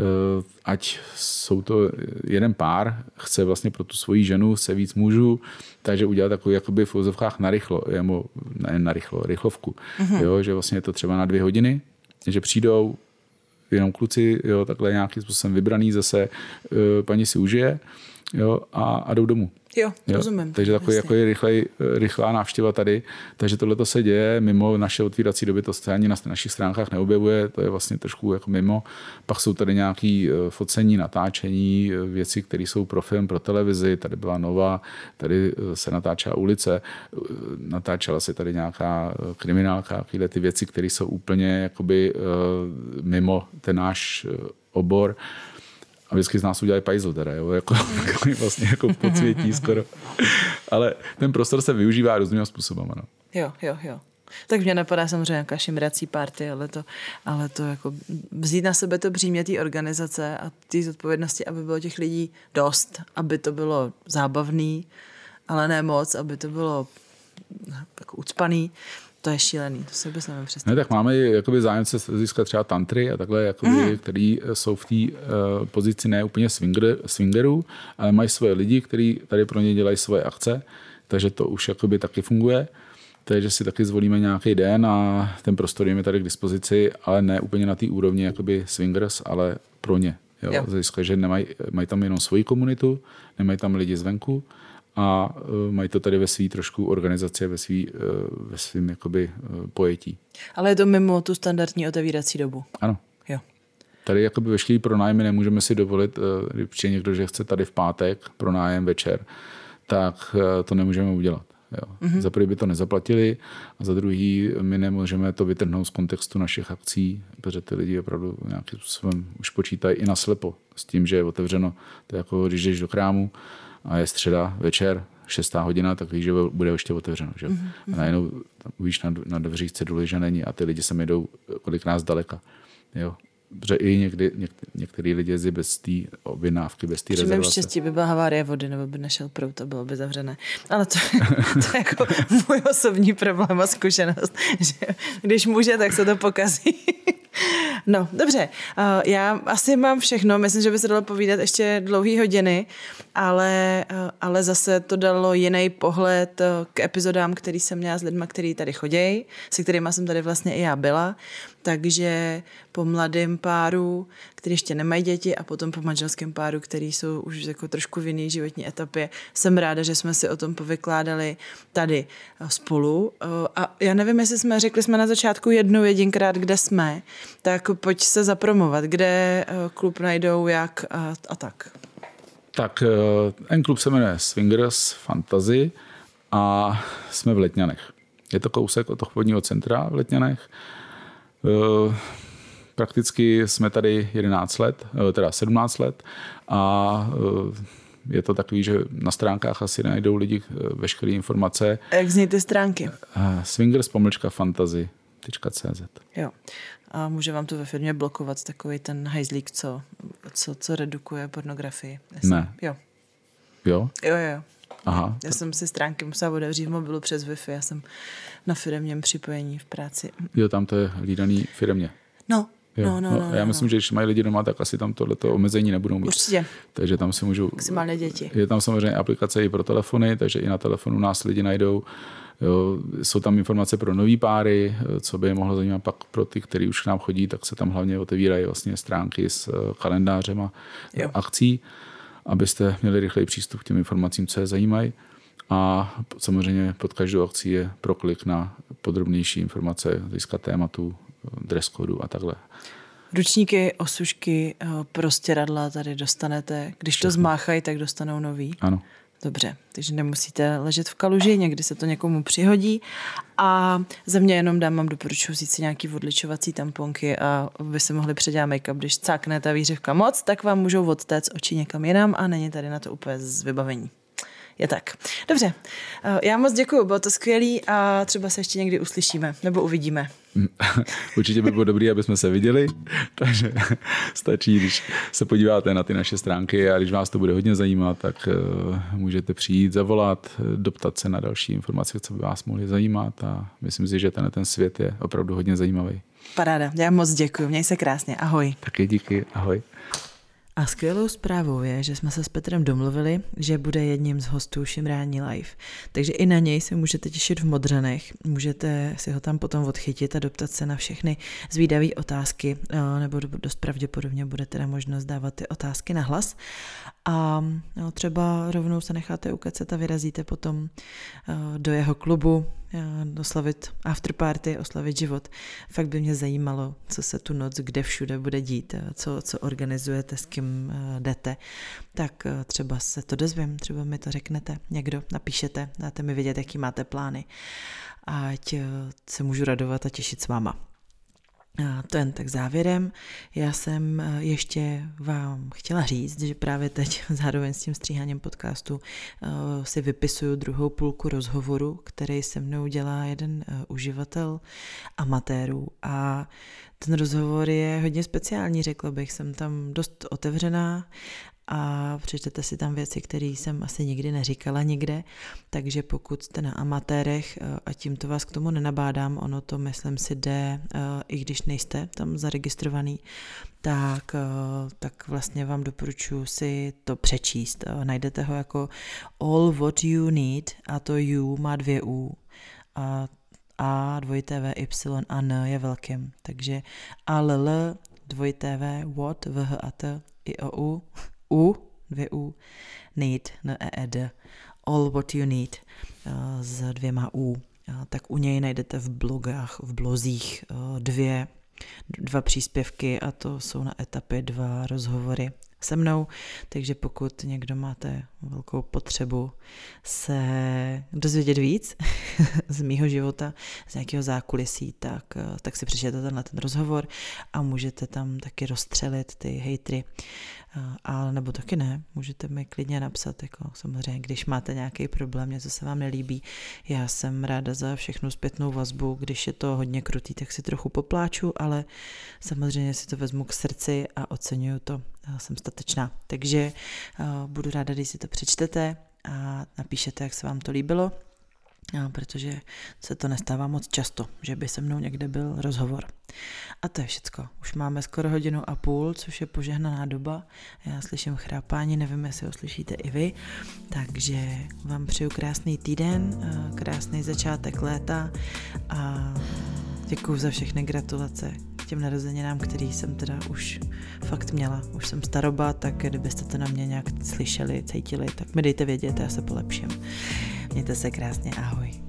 ať jsou to jeden pár, chce vlastně pro tu svoji ženu se víc mužů, takže udělat takový jakoby v úzovkách narychlo, nebo ne narychlo, rychlovku, mm-hmm. jo, že vlastně je to třeba na dvě hodiny, že přijdou jenom kluci, jo, takhle nějakým způsobem vybraný zase, paní si užije, jo, a, a jdou domů. Jo, rozumím. Takže takový jako je rychlej, rychlá návštěva tady. Takže tohle to se děje mimo naše otvírací doby, to se ani na našich stránkách neobjevuje, to je vlastně trošku jako mimo. Pak jsou tady nějaké focení, natáčení, věci, které jsou pro film, pro televizi. Tady byla Nova, tady se natáčela ulice, natáčela se tady nějaká kriminálka, tyhle ty věci, které jsou úplně jakoby mimo ten náš obor. A vždycky z nás udělají pajzl teda, jo? Jako, vlastně jako podsvětí skoro. Ale ten prostor se využívá různým způsobem. No. Jo, jo, jo. Tak mě napadá samozřejmě nějaká šimrací party, ale to, ale to jako vzít na sebe to břímě té organizace a té zodpovědnosti, aby bylo těch lidí dost, aby to bylo zábavný, ale ne moc, aby to bylo jako ucpaný. To je šílený, to se vůbec nevím představit. Ne, tak máme jakoby zájemce získat třeba tantry a takhle, jakoby, mm. který jsou v té uh, pozici ne úplně swinger, swingerů, ale mají svoje lidi, kteří tady pro ně dělají svoje akce, takže to už jakoby taky funguje. Takže si taky zvolíme nějaký den a ten prostor je tady k dispozici, ale ne úplně na té úrovni jakoby swingers, ale pro ně. Jo? Jo. Získat, že nemají, mají tam jenom svoji komunitu, nemají tam lidi zvenku, a mají to tady ve svý trošku organizaci, ve, svý, ve svým jakoby pojetí. Ale je to mimo tu standardní otevírací dobu. Ano. Jo. Tady jakoby veškerý pronájmy nemůžeme si dovolit, když přijde někdo, že chce tady v pátek pronájem večer, tak to nemůžeme udělat. Jo. Mm-hmm. Za prvý by to nezaplatili a za druhý my nemůžeme to vytrhnout z kontextu našich akcí, protože ty lidi opravdu nějakým způsobem už počítají i naslepo s tím, že je otevřeno. To je jako když jdeš do krámu a je středa, večer, šestá hodina, tak víš, že bude ještě otevřeno. Že? Mm-hmm. A najednou víš na, na dveřích ceduli, že není a ty lidi se mi jdou kolikrát zdaleka. Jo. Protože i někdy, něk, některý lidi jezdí bez té objednávky, bez té rezervace. Při mém štěstí by byla havárie vody, nebo by nešel proud a bylo by zavřené. Ale to, to je jako můj osobní problém a zkušenost, že když může, tak se to pokazí. No, dobře. Já asi mám všechno. Myslím, že by se dalo povídat ještě dlouhý hodiny, ale, ale zase to dalo jiný pohled k epizodám, který jsem měla s lidma, který tady chodějí, se kterýma jsem tady vlastně i já byla. Takže po mladém páru, který ještě nemají děti, a potom po manželském páru, který jsou už jako trošku v jiné životní etapě, jsem ráda, že jsme si o tom povykládali tady spolu. A já nevím, jestli jsme řekli jsme na začátku jednou jedinkrát, kde jsme, tak pojď se zapromovat, kde klub najdou, jak a, a tak. Tak ten klub se jmenuje Swingers Fantasy a jsme v Letňanech. Je to kousek od obchodního centra v Letňanech. Prakticky jsme tady jedenáct let, teda sedmnáct let a je to takový, že na stránkách asi najdou lidi veškeré informace. A jak zní ty stránky? swingers pomlčka fantasy tečka cé zet. Jo. A může vám to ve firmě blokovat takový ten hajzlík, co, co, co redukuje pornografii? Jestli... Ne. Jo. Jo? Jo, jo. Aha. Já jsem si stránky musela otevřít v mobilu přes Wi-Fi, já jsem na firemním připojení v práci. Jo, tam to je hlídaný firmě. No, jo. no, no, no. Já no, myslím, no. že když mají lidi doma, tak asi tam tohleto omezení nebudou mít. Určitě. Takže tam si můžou... Maximálně děti. Je tam samozřejmě aplikace i pro telefony, takže i na telefonu nás lidi najdou. Jo, jsou tam informace pro nový páry, co by je mohlo zajímat pak pro ty, kteří už k nám chodí, tak se tam hlavně otevírají vlastně stránky s kalendářem a jo. akcí, abyste měli rychlej přístup k těm informacím, co je zajímají. A samozřejmě pod každou akcí je proklik na podrobnější informace, získat tématu, dress codu a takhle. Ručníky, osušky, prostěradla tady dostanete. Když to zmáchají, tak dostanou nový. Ano. Dobře, takže nemusíte ležet v kaluži, někdy se to někomu přihodí. A za mě jenom dám, vám doporučuji vzít si nějaký odličovací tamponky a by se mohli předělat make-up. Když cákne ta výřivka moc, tak vám můžou odtéct oči někam jinam a není tady na to úplně z vybavení. Je tak. Dobře, já moc děkuju, bylo to skvělý a třeba se ještě někdy uslyšíme nebo uvidíme. Určitě by bylo dobré, aby jsme se viděli, takže stačí, když se podíváte na ty naše stránky a když vás to bude hodně zajímat, tak můžete přijít, zavolat, doptat se na další informace, co by vás mohly zajímat a myslím si, že ten, ten svět je opravdu hodně zajímavý. Paráda, já moc děkuju, měj se krásně, ahoj. Taky díky, ahoj. A skvělou zprávou je, že jsme se s Petrem domluvili, že bude jedním z hostů Šimrání Live. Takže i na něj se můžete těšit v Modřanech, můžete si ho tam potom odchytit a doptat se na všechny zvídavé otázky, nebo dost pravděpodobně bude teda možnost dávat ty otázky na hlas. A no, třeba rovnou se necháte ukecat a vyrazíte potom do jeho klubu, oslavit afterparty, oslavit život. Fakt by mě zajímalo, co se tu noc kde všude bude dít, co, co organizujete, s kým jdete. Tak třeba se to dozvím, třeba mi to řeknete, někdo napíšete, dáte mi vědět, jaký máte plány. Ať se můžu radovat a těšit s váma. A to jen tak závěrem. Já jsem ještě vám chtěla říct, že právě teď zároveň s tím stříháním podcastu si vypisuju druhou půlku rozhovoru, který se mnou dělá jeden uživatel amatérů a ten rozhovor je hodně speciální, řekla bych, jsem tam dost otevřená a přečtete si tam věci, které jsem asi nikdy neříkala nikde, takže pokud jste na amatérech a tímto vás k tomu nenabádám, ono to myslím si jde, i když nejste tam zaregistrovaný, tak, tak vlastně vám doporučuji si to přečíst. Najdete ho jako All What You Need a to U má dvě U a A, dvojité V, Y a N je velkým, takže A, L, L, dvojité V, What, V, H a T, I, O, U, U, dvě U, Need, N, E, E, D, All What You Need s dvěma U. Tak u něj najdete v blogách, v blozích dvě, dva příspěvky a to jsou na etapě dva rozhovory se mnou, takže pokud někdo máte velkou potřebu se dozvědět víc z mýho života, z nějakého zákulisí, tak, tak si přečtěte tenhle ten rozhovor a můžete tam taky rozstřelit ty hejtry, a nebo taky ne, můžete mi klidně napsat, jako samozřejmě, když máte nějaký problém, něco se vám nelíbí, já jsem ráda za všechnu zpětnou vazbu, když je to hodně krutý, tak si trochu popláču, ale samozřejmě si to vezmu k srdci a oceňuju to, jsem statečná, takže uh, budu ráda, když si to přečtete a napíšete, jak se vám to líbilo, a protože se to nestává moc často, že by se mnou někde byl rozhovor. A to je všecko. Už máme skoro hodinu a půl, což je požehnaná doba. Já slyším chrápání, nevím, jestli ho slyšíte i vy. Takže vám přeju krásný týden, krásný začátek léta a děkuju za všechny gratulace k těm narozeninám, který jsem teda už fakt měla. Už jsem staroba, tak kdybyste to na mě nějak slyšeli, cítili, tak mi dejte vědět, já se polepším. Mějte se krásně, ahoj.